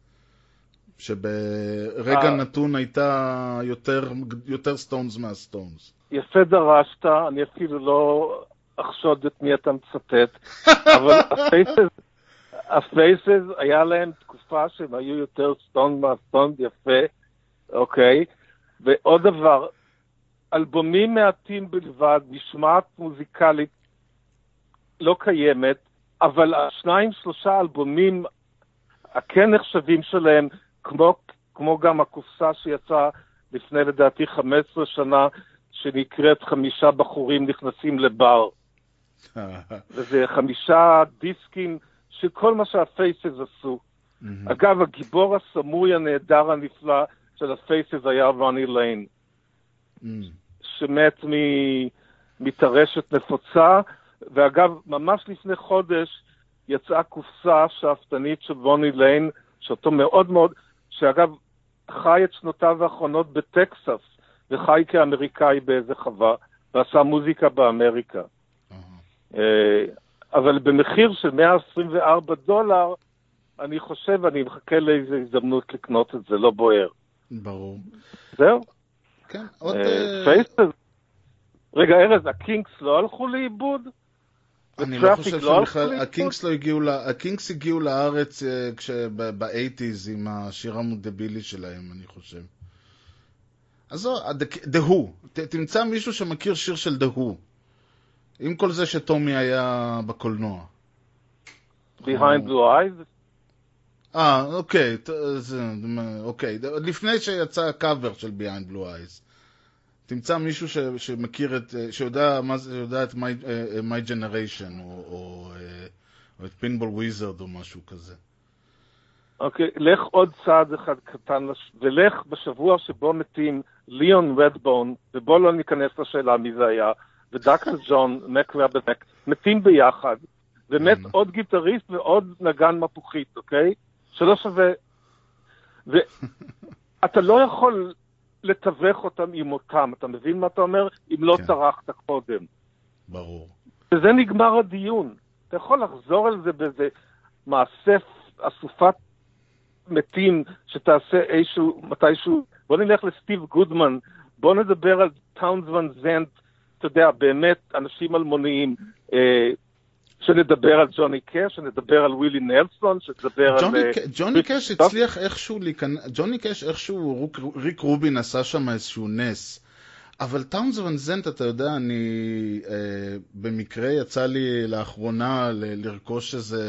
שברגע נתון הייתה יותר סטונס מהסטונס. יפה דרשת, אני אפילו לא אחשוד את מי אתה מצטט, אבל הפייסס היה להם תקופה שהם היו יותר סטונס מהסטונס, יפה, אוקיי. ועוד דבר, אלבומים מעטים בלבד, משמעת מוזיקלית לא קיימת, אבל 2-3 אלבומים הכן נחשבים שלהם, כמו גם הקופסה שיצאה לפני לדעתי 15 שנה, שנקראת 5 בחורים נכנסים לבר. וזה 5 דיסקים שכל מה שהפייסס עשו. אגב, הגיבור הסמוי הנהדר הנפלא של הפייסס היה רוני ליין, שמת מתרשת נפוצה, ואגב, ממש לפני חודש יצאה קופסה שאפתנית של רוני ליין, שאותו מאוד מאוד, שאגב, חי את שנותיו האחרונות בטקסס, וחי כאמריקאי באיזה חווה, ועשה מוזיקה באמריקה. אבל במחיר של $124, אני חושב, אני מחכה לאיזו הזדמנות לקנות את זה, לא בוער. ברור. זהו? כן, עוד... פייסס. רגע, ארז, הקינגס לא הלכו לאיבוד? אני לא חושב שבכלל, הקינגס הגיעו לארץ ב-80s עם השיר המודבילי שלהם, אני חושב. אז זו, The Who. תמצא מישהו שמכיר שיר של The Who. עם כל זה שטומי היה בקולנוע. Behind Blue Eyes? אוקיי. לפני שיצא הקאבר של Behind Blue Eyes. תמצא מישהו שמכיר שיודע את My Generation, או את Pinball Wizard, או משהו כזה. אוקיי, לך עוד צעד אחד קטן, ולך בשבוע שבו מתים ליאון רדבון, ובוא לא ניכנס לשאלה מי זה היה, ודקטר ג'ון, מק רבנק, מתים ביחד, ומת עוד גיטריסט ועוד נגן מפוחית, אוקיי? שלא שווה... ואתה לא יכול לתווך אותם עם אותם, אתה מבין מה אתה אומר? אם לא צרכת קודם. ברור. וזה נגמר הדיון. אתה יכול לחזור על זה באיזה מאסף אסופת מתים שתעשה מתישהו, בוא נלך לסטיב גודמן, בוא נדבר על טאונס ון זנט, אתה יודע, באמת אנשים אלמוניים, שנדבר על ג'וני קש, שנדבר על ווילי נלסון, שנדבר על... ג'וני קש הצליח איכשהו ג'וני קש איכשהו, ריק רובין עשה שם איזשהו נס, אבל טאונס ון זנט, אתה יודע, אני במקרה יצא לי לאחרונה לרכוש איזה...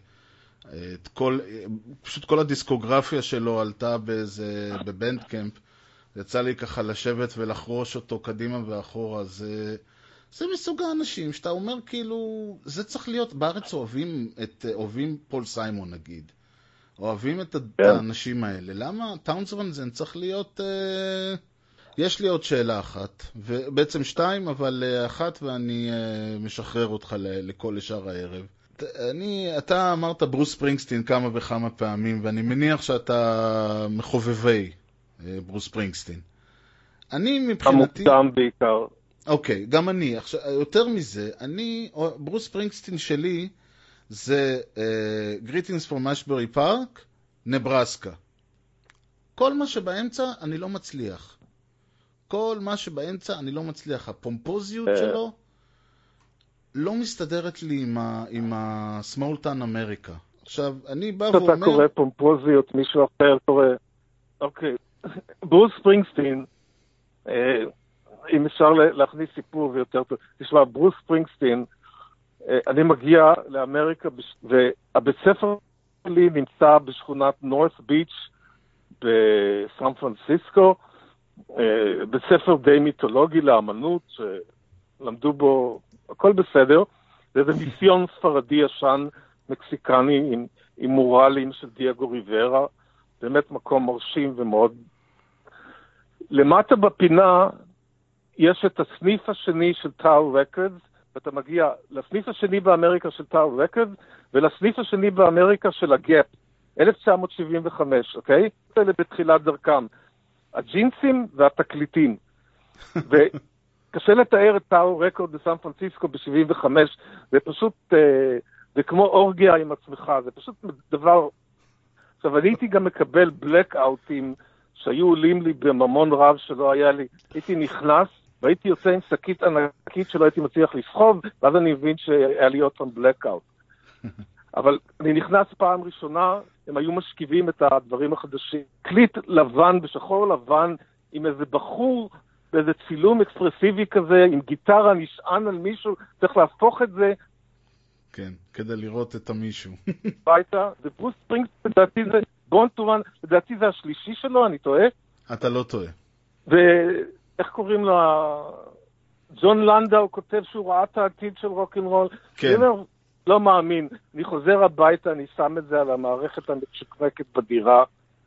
פשוט כל הדיסקוגרפיה שלו עלתה בבנדקמפ, יצא לי ככה לשבת ולחרוש אותו קדימה ואחורה. זה מסוג האנשים שאתה אומר כאילו, זה צריך להיות, בארץ אוהבים פול סיימון נגיד, אוהבים את האנשים האלה. למה טאונס ון זנט צריך להיות... יש לי עוד שאלה אחת, ובעצם שתיים, אבל אחת, ואני משחרר אותך לכל לשאר הערב. אתה אמרת ברוס ספרינגסטין כמה וכמה פעמים, ואני מניח שאתה מחובבי ברוס ספרינגסטין. אני מבחינתי... המוקדם בעיקר. אוקיי, גם אני. עכשיו, יותר מזה, ברוס ספרינגסטין שלי זה Greetings from Ashbury Park, נברסקה. כל מה שבאמצע אני לא מצליח. כל מה שבאמצע אני לא מצליח. הפומפוזיות שלו לא מסתדרת לי עם ה-Small Town America. עכשיו, אני בא ואומר... אתה קורא פומפוזיות, מישהו אחר קורא... אוקיי. ברוס ספרינגסטין, אם אפשר להכניס סיפור ויותר טוב. תשמע, ברוס ספרינגסטין, אני מגיע לאמריקה, והבית ספר שלי נמצא בשכונת נורת' ביץ' בסן פרנסיסקו, בית ספר די מיתולוגי לאמנות, שלמדו בו, הכל בסדר, זה מיסיון ספרדי ישן מקסיקני עם מורלים של דיאגו ריברה, באמת מקום מרשים ומאוד... למטה בפינה יש את הסניף השני של טאו רקורדס, ואתה מגיע לסניף השני באמריקה של טאו רקורדס, ולסניף השני באמריקה של הגאפ, 1975, אוקיי? אלה בתחילת דרכם. הג'ינסים והתקליטים. וקשה לתאר את טאו רקורד בסן פרנסיסקו ב-75, זה פשוט, זה כמו אורגיה עם עצמך, זה פשוט דבר... עכשיו, אני הייתי גם מקבל בלק-אוטים שהיו עולים לי בממון רב שלא היה לי. הייתי נכנס, והייתי יוצא עם שקית ענקית שלא הייתי מצליח לסחוב, ואז אני מבין שהיה לי עוד פעם בלק-אוט. אבל אני נכנס פעם ראשונה, הם היו משכיבים את הדברים החדשים. קליט לבן, בשחור לבן, עם איזה בחור, באיזה צילום אקספרסיבי כזה, עם גיטרה נשען על מישהו, צריך להפוך את זה. כן, כדי לראות את המישהו. ביתה, זה ברוס ספרינגסטין, לדעתי זה בונטומן, לדעתי זה השלישי שלו, אני טועה? אתה לא טועה. ואיך קוראים לו? ג'ון לנדאו כותב שהוא ראה את העתיד של רוק'נ'רול. כן. לא מאמין. אני חוזר הביתה, אני שם את זה על המערכת המשקמקת בדירה,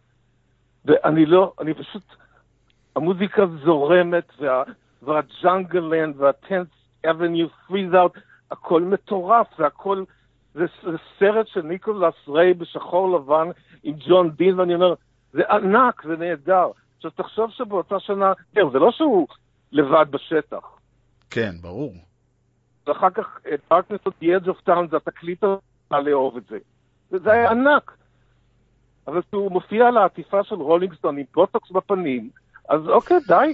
אני פשוט, המוזיקה זורמת, והג'אנגלנד, והטנס אבניו פריז אאוט, הכל מטורף, זה סרט של ניקולס ריי בשחור לבן עם ג'ון דין, ואני אומר, זה ענק, זה נהדר. עכשיו תחשוב שבאותה שנה, זה לא שהוא לבד בשטח. כן, ברור. ואחר כך, Darkness of the Edge of Town, זה התקליט לאהוב את זה. זה היה ענק. אבל כשהוא מופיע על העטיפה של רולינג סטון עם בוטוקס בפנים, אז אוקיי, די.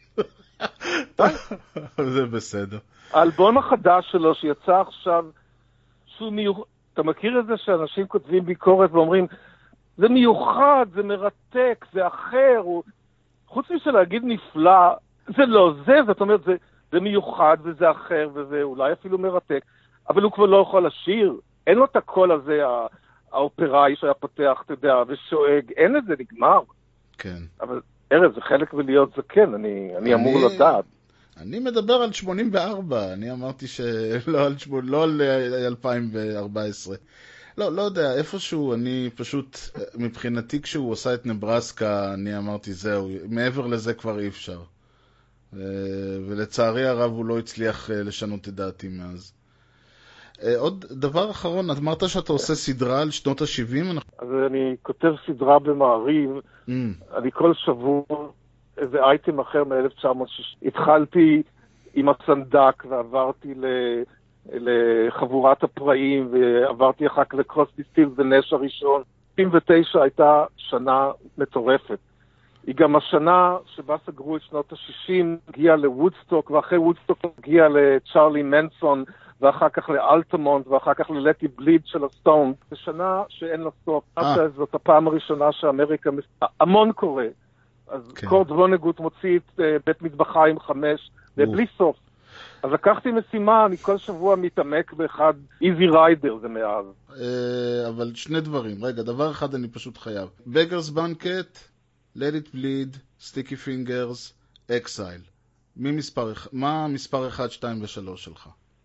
זה בסדר. האלבום החדש שלו שיצא עכשיו, אתה מכיר את זה שאנשים כותבים ביקורת ואומרים, זה מיוחד, זה מרתק, זה אחר, חוץ משל להגיד נפלא, זה לא זה, זאת אומרת, זה מיוחד וזה אחר וזה אולי אפילו מרתק, אבל הוא כבר לא יכול לשיר, אין לו את הקול הזה, האופראי שהיה פותח, אתה יודע, ושואג, אין את זה, נגמר. כן. אבל ארז, זה חלק ולהיות זקן, אני אמור לדעת. אני מדבר על 84, אני אמרתי שלא על 2014. לא יודע, איפשהו אני פשוט, מבחינתי כשהוא עושה את נברסקה, אני אמרתי זהו, מעבר לזה כבר אי אפשר. ולצערי הרב הוא לא הצליח לשנות את דעתי מאז. עוד דבר אחרון, אמרת שאתה עושה סדרה על שנות ה-70? אז אני כותב סדרה במעריב, אני כל שבוע איזה אייטם אחר מ-1960. התחלתי עם הסנדק ועברתי לחבורת הפראים, ועברתי אחר כך לקרוסבי סטילס ונש הראשון. 99 הייתה שנה מטורפת. היא גם השנה שבה סגרו את שנות ה-60, הגיעה לוודסטוק, ואחרי וודסטוק הגיעה לצ'רלי מנסון, ואחר כך לאלטמונט, ואחר כך ללטי בליד של הסטון. זו שנה שאין לה סוף. זאת הפעם הראשונה שאמריקה... המון קורה. אז קורט וונגוט מוציא את בית מטבחיים 5, ובלי סוף. אז לקחתי משימה, אני כל שבוע מתעמק באחד, איזי ריידר זה מאז. אבל שני דברים. רגע, דבר אחד אני פשוט חייב. בגרס בנקט, Let It Bleed, Sticky Fingers, Exile. מה מספר 1, 2 ו-3 שלך?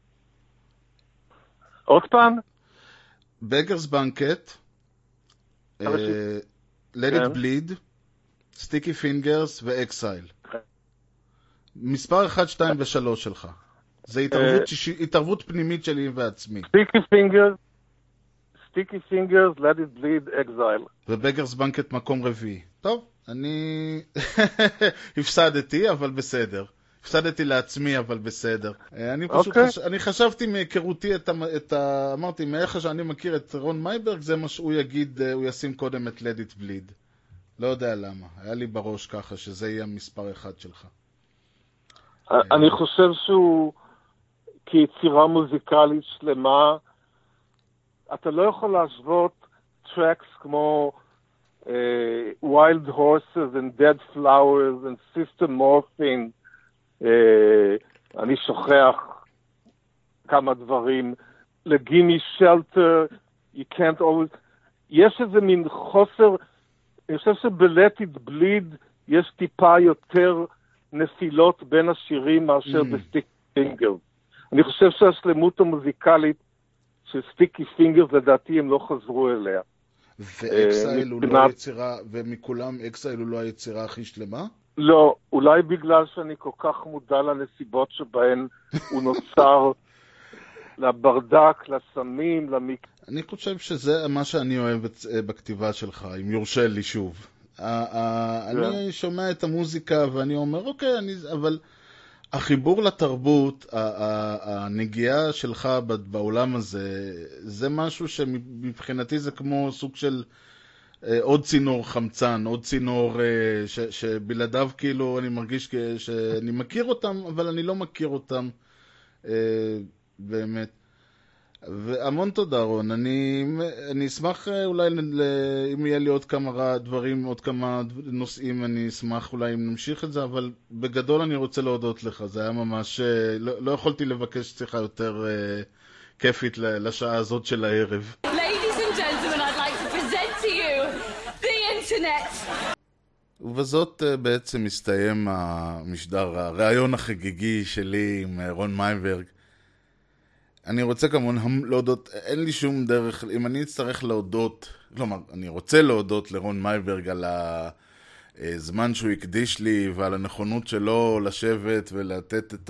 עוד פעם? בגרס בנקט, Let It Bleed, Sticky Fingers ו-Exile. מספר 1, 2 ו-3 שלך. זה התערבות פנימית שלי ועצמי. Sticky Fingers, Let It Bleed, Exile. ובגרס בנקט מקום רביעי. טוב, אני הפסדתי, אבל בסדר. הפסדתי לעצמי, אבל בסדר. אני פשוט אני חשבתי מהיכרותי אמרתי, מאיך שאני מכיר את רון מייברג, זה מה שהוא יגיד, הוא ישים קודם את Let It Bleed. לא יודע למה. היה לי בראש ככה שזה יהיה המספר 1 שלך. אני חושב שהוא כיצירה מוזיקלית שלמה, אתה לא יכול להשוות טרקס כמו Wild Horses and Dead Flowers and Sister Morphine, אני שוכח כמה דברים, לגימי שלטר, You Can't Always, יש איזה מין חוסר, אני חושב ב-Let It Bleed יש טיפה יותר נפילות בין השירים מאשר בסטיקי פינגרס. אני חושב שהשלמות המוזיקלית של סטיקי פינגרס, לדעתי הם לא חזרו אליה. ואקסייל הוא לא היצירה, ומכולם אקסייל הוא לא היצירה הכי שלמה? לא, אולי בגלל שאני כל כך מודע לנסיבות שבהן הוא נוצר, לברדק, לסמים, אני חושב שזה מה שאני אוהב בכתיבה שלך, אם יורשה לי שוב. אני שומע את המוזיקה ואני אומר, אוקיי, אבל החיבור לתרבות, הנגיעה שלך בעולם הזה, זה משהו שמבחינתי זה כמו סוג של עוד צינור חמצן, עוד צינור שבלעדיו כאילו אני מרגיש שאני מכיר אותם, אבל אני לא מכיר אותם באמת. והמון תודה רון, אני אשמח אולי אם יהיה לי עוד כמה דברים, עוד כמה נושאים, אני אשמח אולי אם נמשיך את זה, אבל בגדול אני רוצה להודות לך, זה היה ממש, לא יכולתי לבקש שיחה יותר כיפית לשעה הזאת של הערב. Ladies and gentlemen, I'd like to present to you the internet. ובזאת בעצם מסתיים המשדר, הרעיון החגיגי שלי עם רון מייברג. אני רוצה כמובן להודות, אין לי שום דרך, אם אני אצטרך להודות, כלומר, אני רוצה להודות לרון מייברג על הזמן שהוא הקדיש לי ועל הנכונות שלו לשבת ולתת את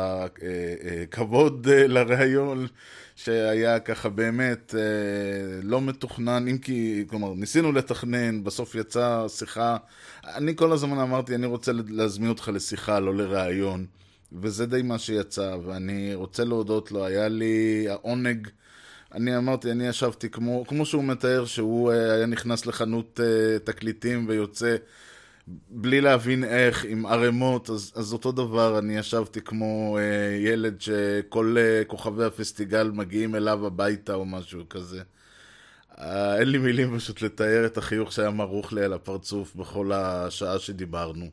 הכבוד לרעיון שהיה ככה באמת לא מתוכנן, אם כי, כלומר, ניסינו לתכנן, בסוף יצאה שיחה, אני כל הזמן אמרתי, אני רוצה להזמין אותך לשיחה, לא לרעיון. וזה די מה שיצא, ואני רוצה להודות לו, היה לי העונג, אני אמרתי, אני ישבתי כמו שהוא מתאר, שהוא היה נכנס לחנות תקליטים ויוצא בלי להבין איך, עם ערמות, אז אותו דבר, אני ישבתי כמו ילד שכל כוכבי הפסטיגל מגיעים אליו הביתה או משהו כזה. אין לי מילים פשוט לתאר את החיוך שהיה מרוך לי על הפרצוף בכל השעה שדיברנו.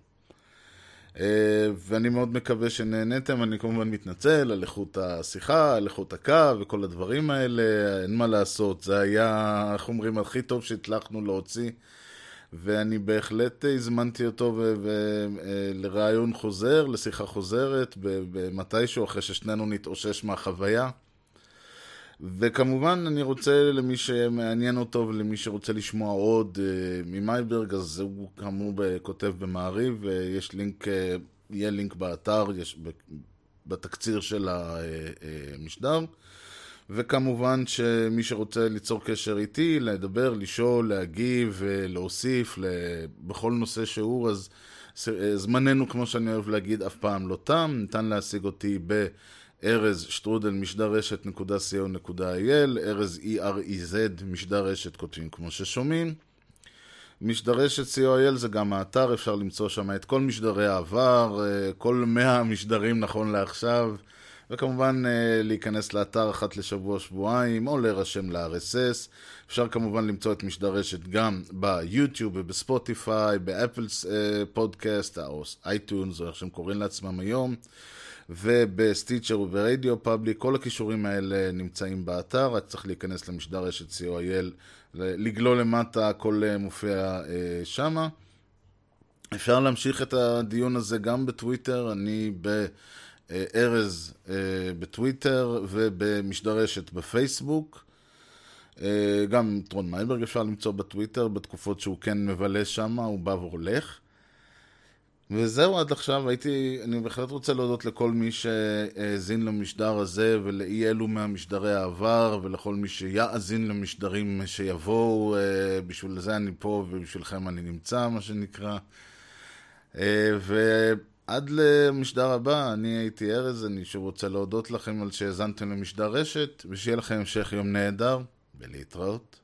ואני מאוד מקווה שנהנתם, אני כמובן מתנצל על איכות השיחה, על איכות הקו וכל הדברים האלה, אין מה לעשות, זה היה, איך אומרים, הכי טוב שהצלחנו להוציא, ואני בהחלט הזמנתי אותו לרעיון חוזר, לשיחה חוזרת, במתישהו אחרי ששנינו נתאושש מהחוויה. וכמובן אני רוצה למי שמעניין אותו ולמי שרוצה לשמוע עוד ממייברג, אז הוא כאמור כותב במעריב, ויש לינק, יהיה לינק באתר, יש בתקציר של המשדר, וכמובן שמי שרוצה ליצור קשר איתי, לדבר, לשאול, להגיב, להוסיף, בכל נושא שהוא, אז זמננו, כמו שאני אוהב להגיד, אף פעם לא תם, ניתן להשיג אותי ארז שטרודל משדרשת.co.il, ארז EREZ משדרשת, כותבים כמו ששומעים. משדרשת co.il זה גם האתר, אפשר למצוא שם את כל משדרי העבר, כל 100 משדרים נכון לעכשיו, וכמובן להיכנס לאתר אחת לשבוע שבועיים, או להירשם ל-RSS. אפשר כמובן למצוא את משדרשת גם ביוטיוב ובספוטיפיי, באפל פודקאסט, או אייטונס, או איך שהם קוראים לעצמם היום, ובסטיצ'ר וברדיו פאבליק. כל הכישורים האלה נמצאים באתר, רק צריך להיכנס למשדרשת co.il, לגלול למטה, הכל מופיע שמה. אפשר להמשיך את הדיון הזה גם בטוויטר, אני בארז בטוויטר ובמשדרשת בפייסבוק. גם טרון מיילברג אפשר למצוא בטוויטר, בתקופות שהוא כן מבלה שמה, הוא בא והולך. וזהו עד עכשיו, אני בהחלט רוצה להודות לכל מי שהאזין למשדר הזה, ולאי אלו מהמשדרי העבר, ולכל מי שיאזין למשדרים שיבואו. בשביל זה אני פה, ובשבילכם אני נמצא, מה שנקרא. ועד למשדר הבא, אני הייתי ארז, אני שוב רוצה להודות לכם על שהאזנתם למשדר רשת, ושיהיה לכם המשך יום נהדר, ולהתראות.